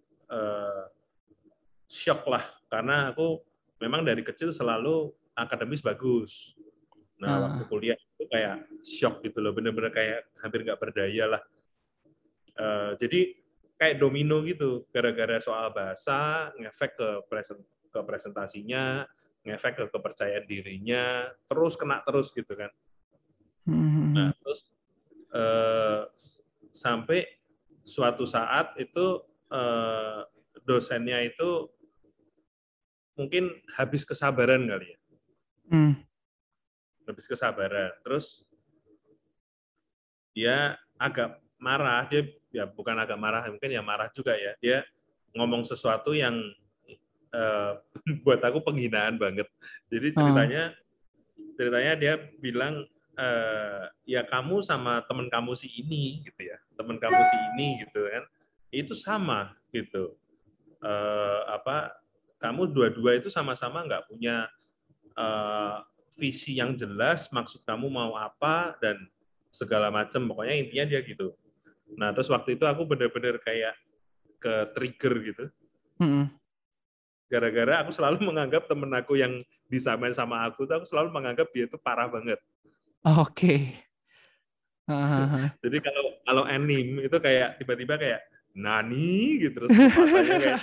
Speaker 3: shock lah, karena aku memang dari kecil selalu akademis bagus. Nah waktu kuliah itu kayak shock gitu loh, bener-bener kayak hampir nggak berdaya lah. Jadi kayak domino gitu, gara-gara soal bahasa ngefek ke presentasinya, ngefek ke kepercayaan dirinya, terus kena terus gitu kan. Nah terus sampai suatu saat itu dosennya itu mungkin habis kesabaran kali ya, habis kesabaran, terus dia agak marah, dia ya bukan agak marah, mungkin ya marah juga ya, dia ngomong sesuatu yang buat aku penghinaan banget. Jadi ceritanya dia bilang, ya kamu sama teman kamu si ini gitu ya, teman kamu si ini gitu kan, itu sama gitu. Kamu dua-dua itu sama-sama nggak punya visi yang jelas, maksud kamu mau apa dan segala macam, pokoknya intinya dia gitu. Nah terus waktu itu aku benar-benar kayak ke trigger gitu. Gara-gara aku selalu menganggap temen aku yang disamain sama aku tuh, aku selalu menganggap dia itu parah banget.
Speaker 2: Oke.
Speaker 3: Jadi kalau anime itu kayak tiba-tiba kayak nani gitu, terus matanya kayak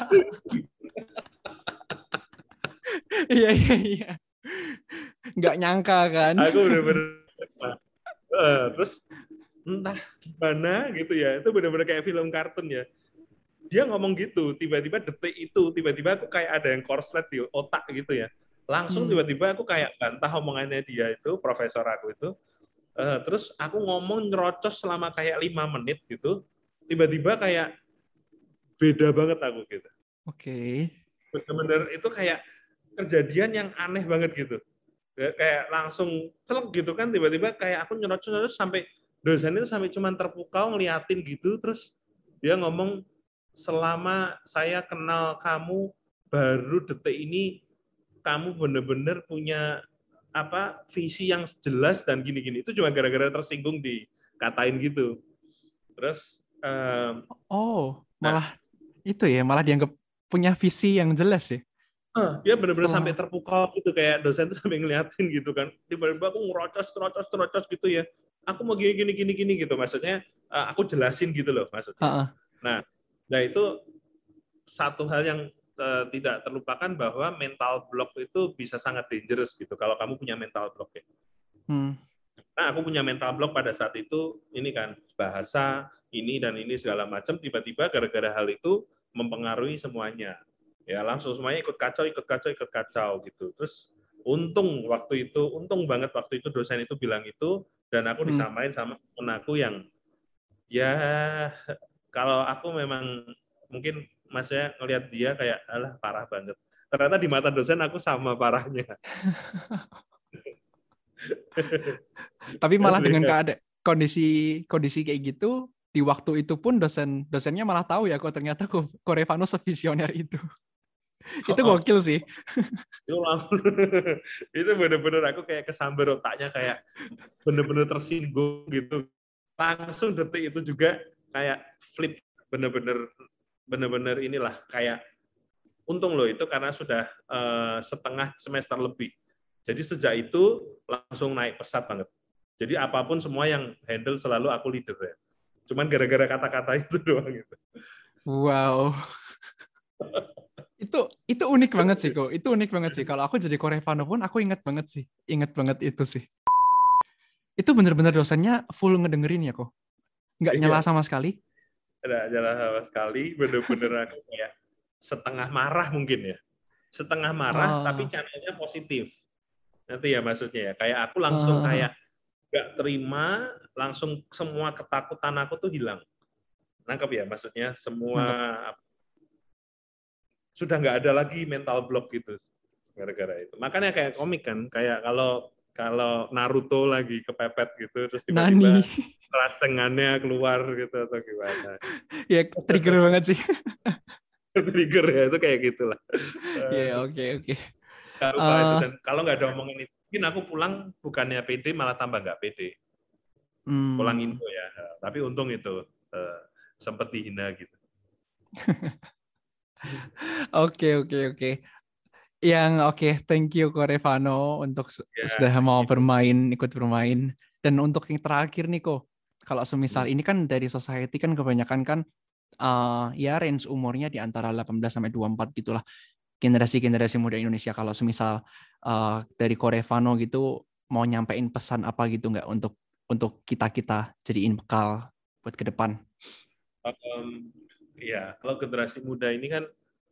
Speaker 2: iya. Nggak nyangka kan.
Speaker 3: Aku bener-bener terus entah gimana gitu ya, itu bener-bener kayak film kartun ya. Dia ngomong gitu, tiba-tiba detik itu, tiba-tiba aku kayak ada yang korslet di otak gitu ya. Langsung tiba-tiba aku kayak bantah omongannya dia itu, profesor aku itu. Terus aku ngomong nyerocos selama kayak 5 menit gitu. Tiba-tiba kayak beda banget aku gitu.
Speaker 2: Oke.
Speaker 3: Bener-bener itu kayak kejadian yang aneh banget gitu. Kayak langsung celek gitu kan, tiba-tiba kayak aku nyerocos sampai dosen itu sampai cuman terpukau ngeliatin gitu, terus dia ngomong, selama saya kenal kamu baru detik ini kamu benar-benar punya visi yang jelas dan gini-gini. Itu cuma gara-gara tersinggung dikatain gitu. Terus
Speaker 2: malah itu ya, malah dianggap punya visi yang jelas ya.
Speaker 3: Dia benar-benar sampai terpukau gitu, kayak dosen tuh sampai ngeliatin gitu kan. Tiba-tiba aku ngerocos gitu ya. aku mau gini gitu, maksudnya aku jelasin gitu loh maksudnya. Nah itu satu hal yang tidak terlupakan bahwa mental block itu bisa sangat dangerous gitu kalau kamu punya mental block ya. Nah, aku punya mental block pada saat itu, ini kan bahasa ini dan ini segala macam, tiba-tiba gara-gara hal itu mempengaruhi semuanya. Ya langsung semuanya ikut kacau gitu. Terus untung banget waktu itu dosen itu bilang itu, dan aku disamain sama temen aku yang ya kalau aku memang mungkin maksudnya ngelihat dia kayak alah parah banget. Ternyata di mata dosen aku sama parahnya.
Speaker 2: Tapi malah dengan kondisi kayak gitu, di waktu itu pun dosennya malah tahu ya kok ternyata Korevano sevisioner itu. Itu gokil sih.
Speaker 3: Itu bener-bener aku kayak kesambar otaknya, kayak bener-bener tersinggung gitu. Langsung detik itu juga kayak flip, bener-bener inilah kayak untung loh itu karena sudah setengah semester lebih. Jadi sejak itu langsung naik pesat banget. Jadi apapun semua yang handle selalu aku leader ya. Cuman gara-gara kata-kata itu doang gitu.
Speaker 2: Wow. Itu unik banget sih kok. Itu unik banget sih. Kalau aku jadi Korevano pun aku ingat banget sih. Ingat banget itu sih. Itu bener-bener dosennya full ngedengerin ya kok. Nggak nyela sama sekali.
Speaker 3: Nggak nyela sama sekali. Bener-bener aku kayak setengah marah mungkin ya. Setengah marah tapi channelnya positif. Nanti ya maksudnya ya. Kayak aku langsung kayak nggak terima, langsung semua ketakutan aku tuh hilang. Nangkep ya maksudnya, semua sudah nggak ada lagi mental block gitu gara-gara itu. Makanya kayak komik kan, kayak kalau Naruto lagi kepepet gitu terus tiba-tiba rasengannya keluar gitu atau gimana.
Speaker 2: Ya trigger banget sih.
Speaker 3: Trigger ya, itu kayak gitulah.
Speaker 2: Iya, oke.
Speaker 3: Gak lupa itu, dan kalau nggak ada omongan itu, mungkin aku pulang bukannya pede malah tambah nggak pede. Pulang info ya, tapi untung itu sempat dihina gitu.
Speaker 2: Oke. Thank you Korevano untuk sudah mau ikut bermain. Dan untuk yang terakhir nih kok, kalau semisal ini kan dari society kan kebanyakan kan ya range umurnya di antara 18 sampai 24 gitulah. Generasi muda Indonesia. Kalau semisal dari Korevano gitu mau nyampein pesan apa gitu nggak untuk kita jadiin bekal buat ke depan?
Speaker 3: Ya, kalau generasi muda ini kan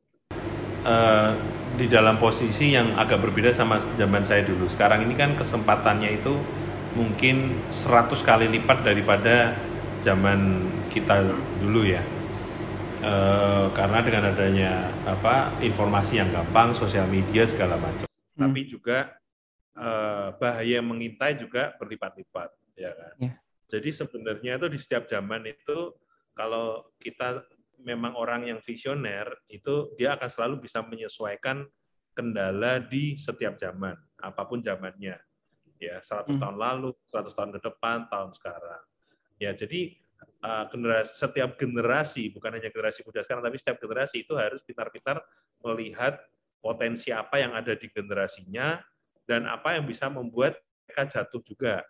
Speaker 3: di dalam posisi yang agak berbeda sama zaman saya dulu. Sekarang ini kan kesempatannya itu mungkin 100 kali lipat daripada zaman kita dulu ya. Karena dengan adanya informasi yang gampang, sosial media segala macam. Tapi juga bahaya mengintai juga berlipat-lipat, ya kan. Jadi sebenarnya itu di setiap zaman itu kalau kita memang orang yang visioner, itu dia akan selalu bisa menyesuaikan kendala di setiap zaman, apapun zamannya. Ya, 100 tahun lalu, 100 tahun ke depan, tahun sekarang. Ya, jadi setiap generasi, bukan hanya generasi muda sekarang, tapi setiap generasi itu harus pintar-pintar melihat potensi apa yang ada di generasinya dan apa yang bisa membuat mereka jatuh juga.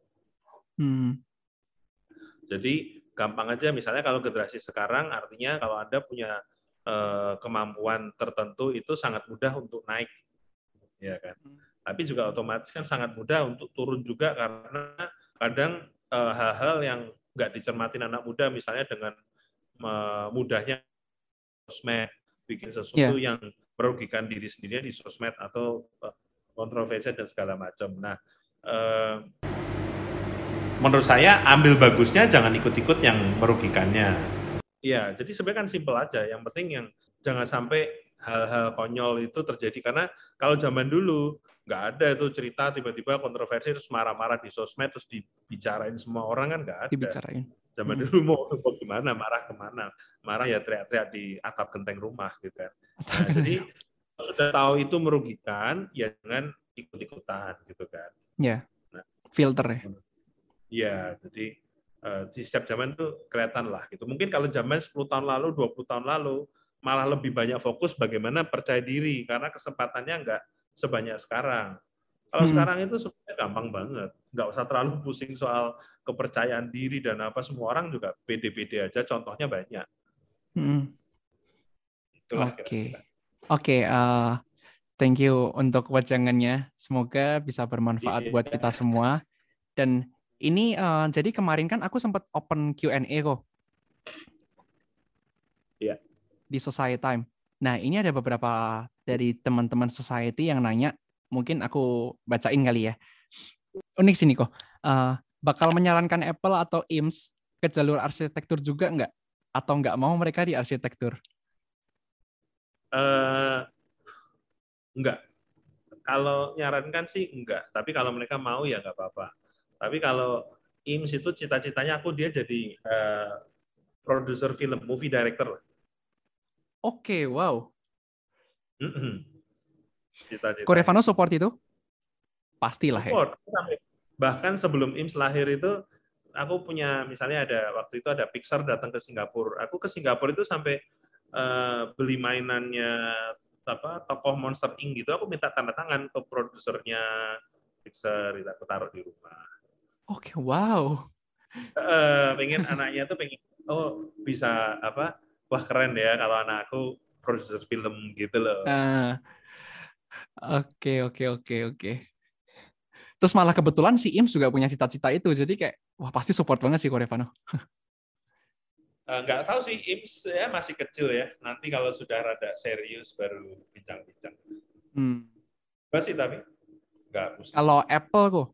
Speaker 3: Jadi gampang aja, misalnya kalau generasi sekarang, artinya kalau Anda punya kemampuan tertentu itu sangat mudah untuk naik, ya kan. Tapi juga otomatis kan sangat mudah untuk turun juga, karena kadang hal-hal yang nggak dicermatin anak muda, misalnya dengan mudahnya sosmed, bikin sesuatu yang merugikan diri sendiri di sosmed atau kontroversi dan segala macam. Nah, menurut saya ambil bagusnya, jangan ikut-ikut yang merugikannya. Iya, jadi sebenarnya kan simpel aja. Yang penting yang jangan sampai hal-hal konyol itu terjadi, karena kalau zaman dulu nggak ada itu cerita tiba-tiba kontroversi terus marah-marah di sosmed terus dibicarain semua orang, kan nggak ada. Zaman dulu mau gimana, marah kemana? Marah ya teriak-teriak di atap genteng rumah gitu kan. Nah, jadi sudah tahu itu merugikan, ya jangan ikut-ikutan gitu kan.
Speaker 2: Ya, filter ya.
Speaker 3: Iya, jadi di setiap zaman tuh kelihatan lah gitu. Mungkin kalau zaman 10 tahun lalu, 20 tahun lalu, malah lebih banyak fokus bagaimana percaya diri, karena kesempatannya nggak sebanyak sekarang. Kalau sekarang itu sebenarnya gampang banget, nggak usah terlalu pusing soal kepercayaan diri dan apa, semua orang juga pede-pede aja, contohnya banyak. Itulah kira-kira.
Speaker 2: Oke, thank you untuk wejangannya. Semoga bisa bermanfaat buat kita semua. Dan ini jadi kemarin kan aku sempat open Q&A kok.
Speaker 3: Iya.
Speaker 2: Di Society Time. Nah, ini ada beberapa dari teman-teman Society yang nanya, mungkin aku bacain kali ya. Unik sini kok. Bakal menyarankan Apple atau IMS ke jalur arsitektur juga nggak? Atau nggak mau mereka di arsitektur?
Speaker 3: Enggak. Kalau nyarankan sih enggak. Tapi kalau mereka mau ya nggak apa-apa. Tapi kalau IMS itu cita-citanya dia jadi produser film, movie director.
Speaker 2: Oke, wow.
Speaker 3: Cita-citanya.
Speaker 2: Korevano support itu? Pastilah
Speaker 3: support. Ya. Bahkan sebelum IMS lahir itu, aku punya, misalnya waktu itu ada Pixar datang ke Singapura. Aku ke Singapura itu sampai beli mainannya tokoh Monster Inc. gitu, aku minta tanda tangan ke produsernya Pixar, aku taruh di rumah.
Speaker 2: Oke, wow.
Speaker 3: Pengen anaknya tuh bisa wah keren ya kalau anak aku produser film gitu loh.
Speaker 2: Oke. Terus malah kebetulan si IMS juga punya cita-cita itu, jadi kayak wah pasti support banget sih Korevano.
Speaker 3: Nggak tahu sih, IMS ya masih kecil ya. Nanti kalau sudah rada serius baru bincang-bincang. Enggak sih, tapi nggak pusing.
Speaker 2: Kalau Apple kok?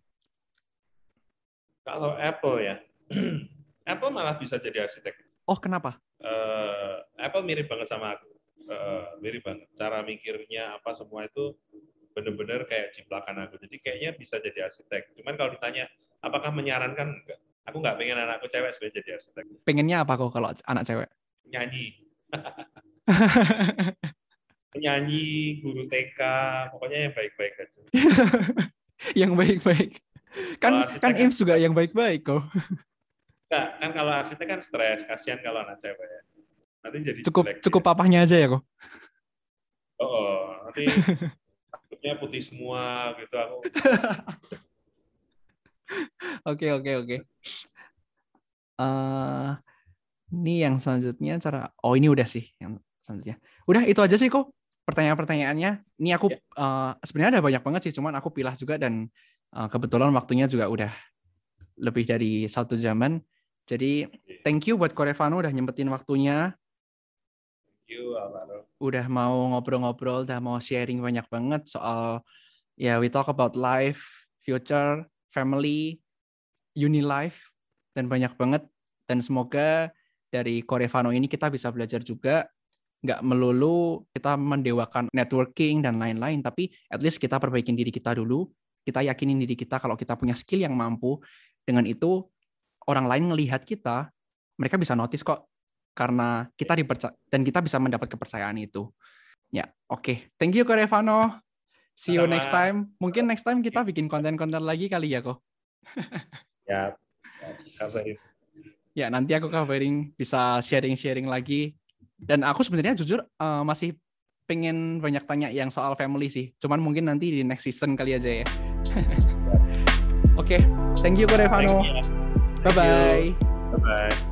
Speaker 3: Kalau Apple ya, Apple malah bisa jadi arsitek.
Speaker 2: Oh, kenapa?
Speaker 3: Apple mirip banget sama aku. Mirip banget. Cara mikirnya apa semua itu benar-benar kayak ciplakan aku. Jadi kayaknya bisa jadi arsitek. Cuman kalau ditanya, apakah menyarankan? Enggak. Aku nggak pengen anakku cewek sebenarnya jadi arsitek.
Speaker 2: Pengennya apa kok kalau anak cewek?
Speaker 3: Nyanyi. Penyanyi, guru TK, pokoknya yang baik-baik aja.
Speaker 2: Yang baik-baik. Kan IMS juga yang baik-baik kok.
Speaker 3: Enggak, kan kalau arsitek kan stres, kasihan kalau anak cewek. Nanti jadi
Speaker 2: cukup papahnya aja ya kok.
Speaker 3: Nanti rambutnya putih semua gitu aku.
Speaker 2: Oke. Ini yang selanjutnya ini udah sih yang selanjutnya. Udah itu aja sih kok pertanyaan-pertanyaannya. Ini aku sebenarnya ada banyak banget sih, cuman aku pilah juga dan kebetulan waktunya juga udah lebih dari 1 jaman. Jadi thank you buat Korevano udah nyempetin waktunya.
Speaker 3: Thank you, Alvaro.
Speaker 2: Udah mau ngobrol-ngobrol, udah mau sharing banyak banget soal we talk about life, future, family, uni life, dan banyak banget. Dan semoga dari Korevano ini kita bisa belajar juga, nggak melulu kita mendewakan networking dan lain-lain, tapi at least kita perbaikin diri kita dulu, kita yakinin diri kita kalau kita punya skill yang mampu. Dengan itu orang lain ngelihat kita, mereka bisa notice kok karena kita dipercaya dan kita bisa mendapat kepercayaan itu. Ya, oke. Thank you Korevano. See you next time. Mungkin next time kita bikin konten-konten lagi kali ya kok.
Speaker 3: Ya, kabarin.
Speaker 2: Ya, nanti aku kabarin bisa sharing-sharing lagi. Dan aku sebenarnya jujur masih pengen banyak tanya yang soal family sih. Cuman mungkin nanti di next season kali aja ya. Oke, thank you Korevano. Bye-bye.
Speaker 3: Bye-bye.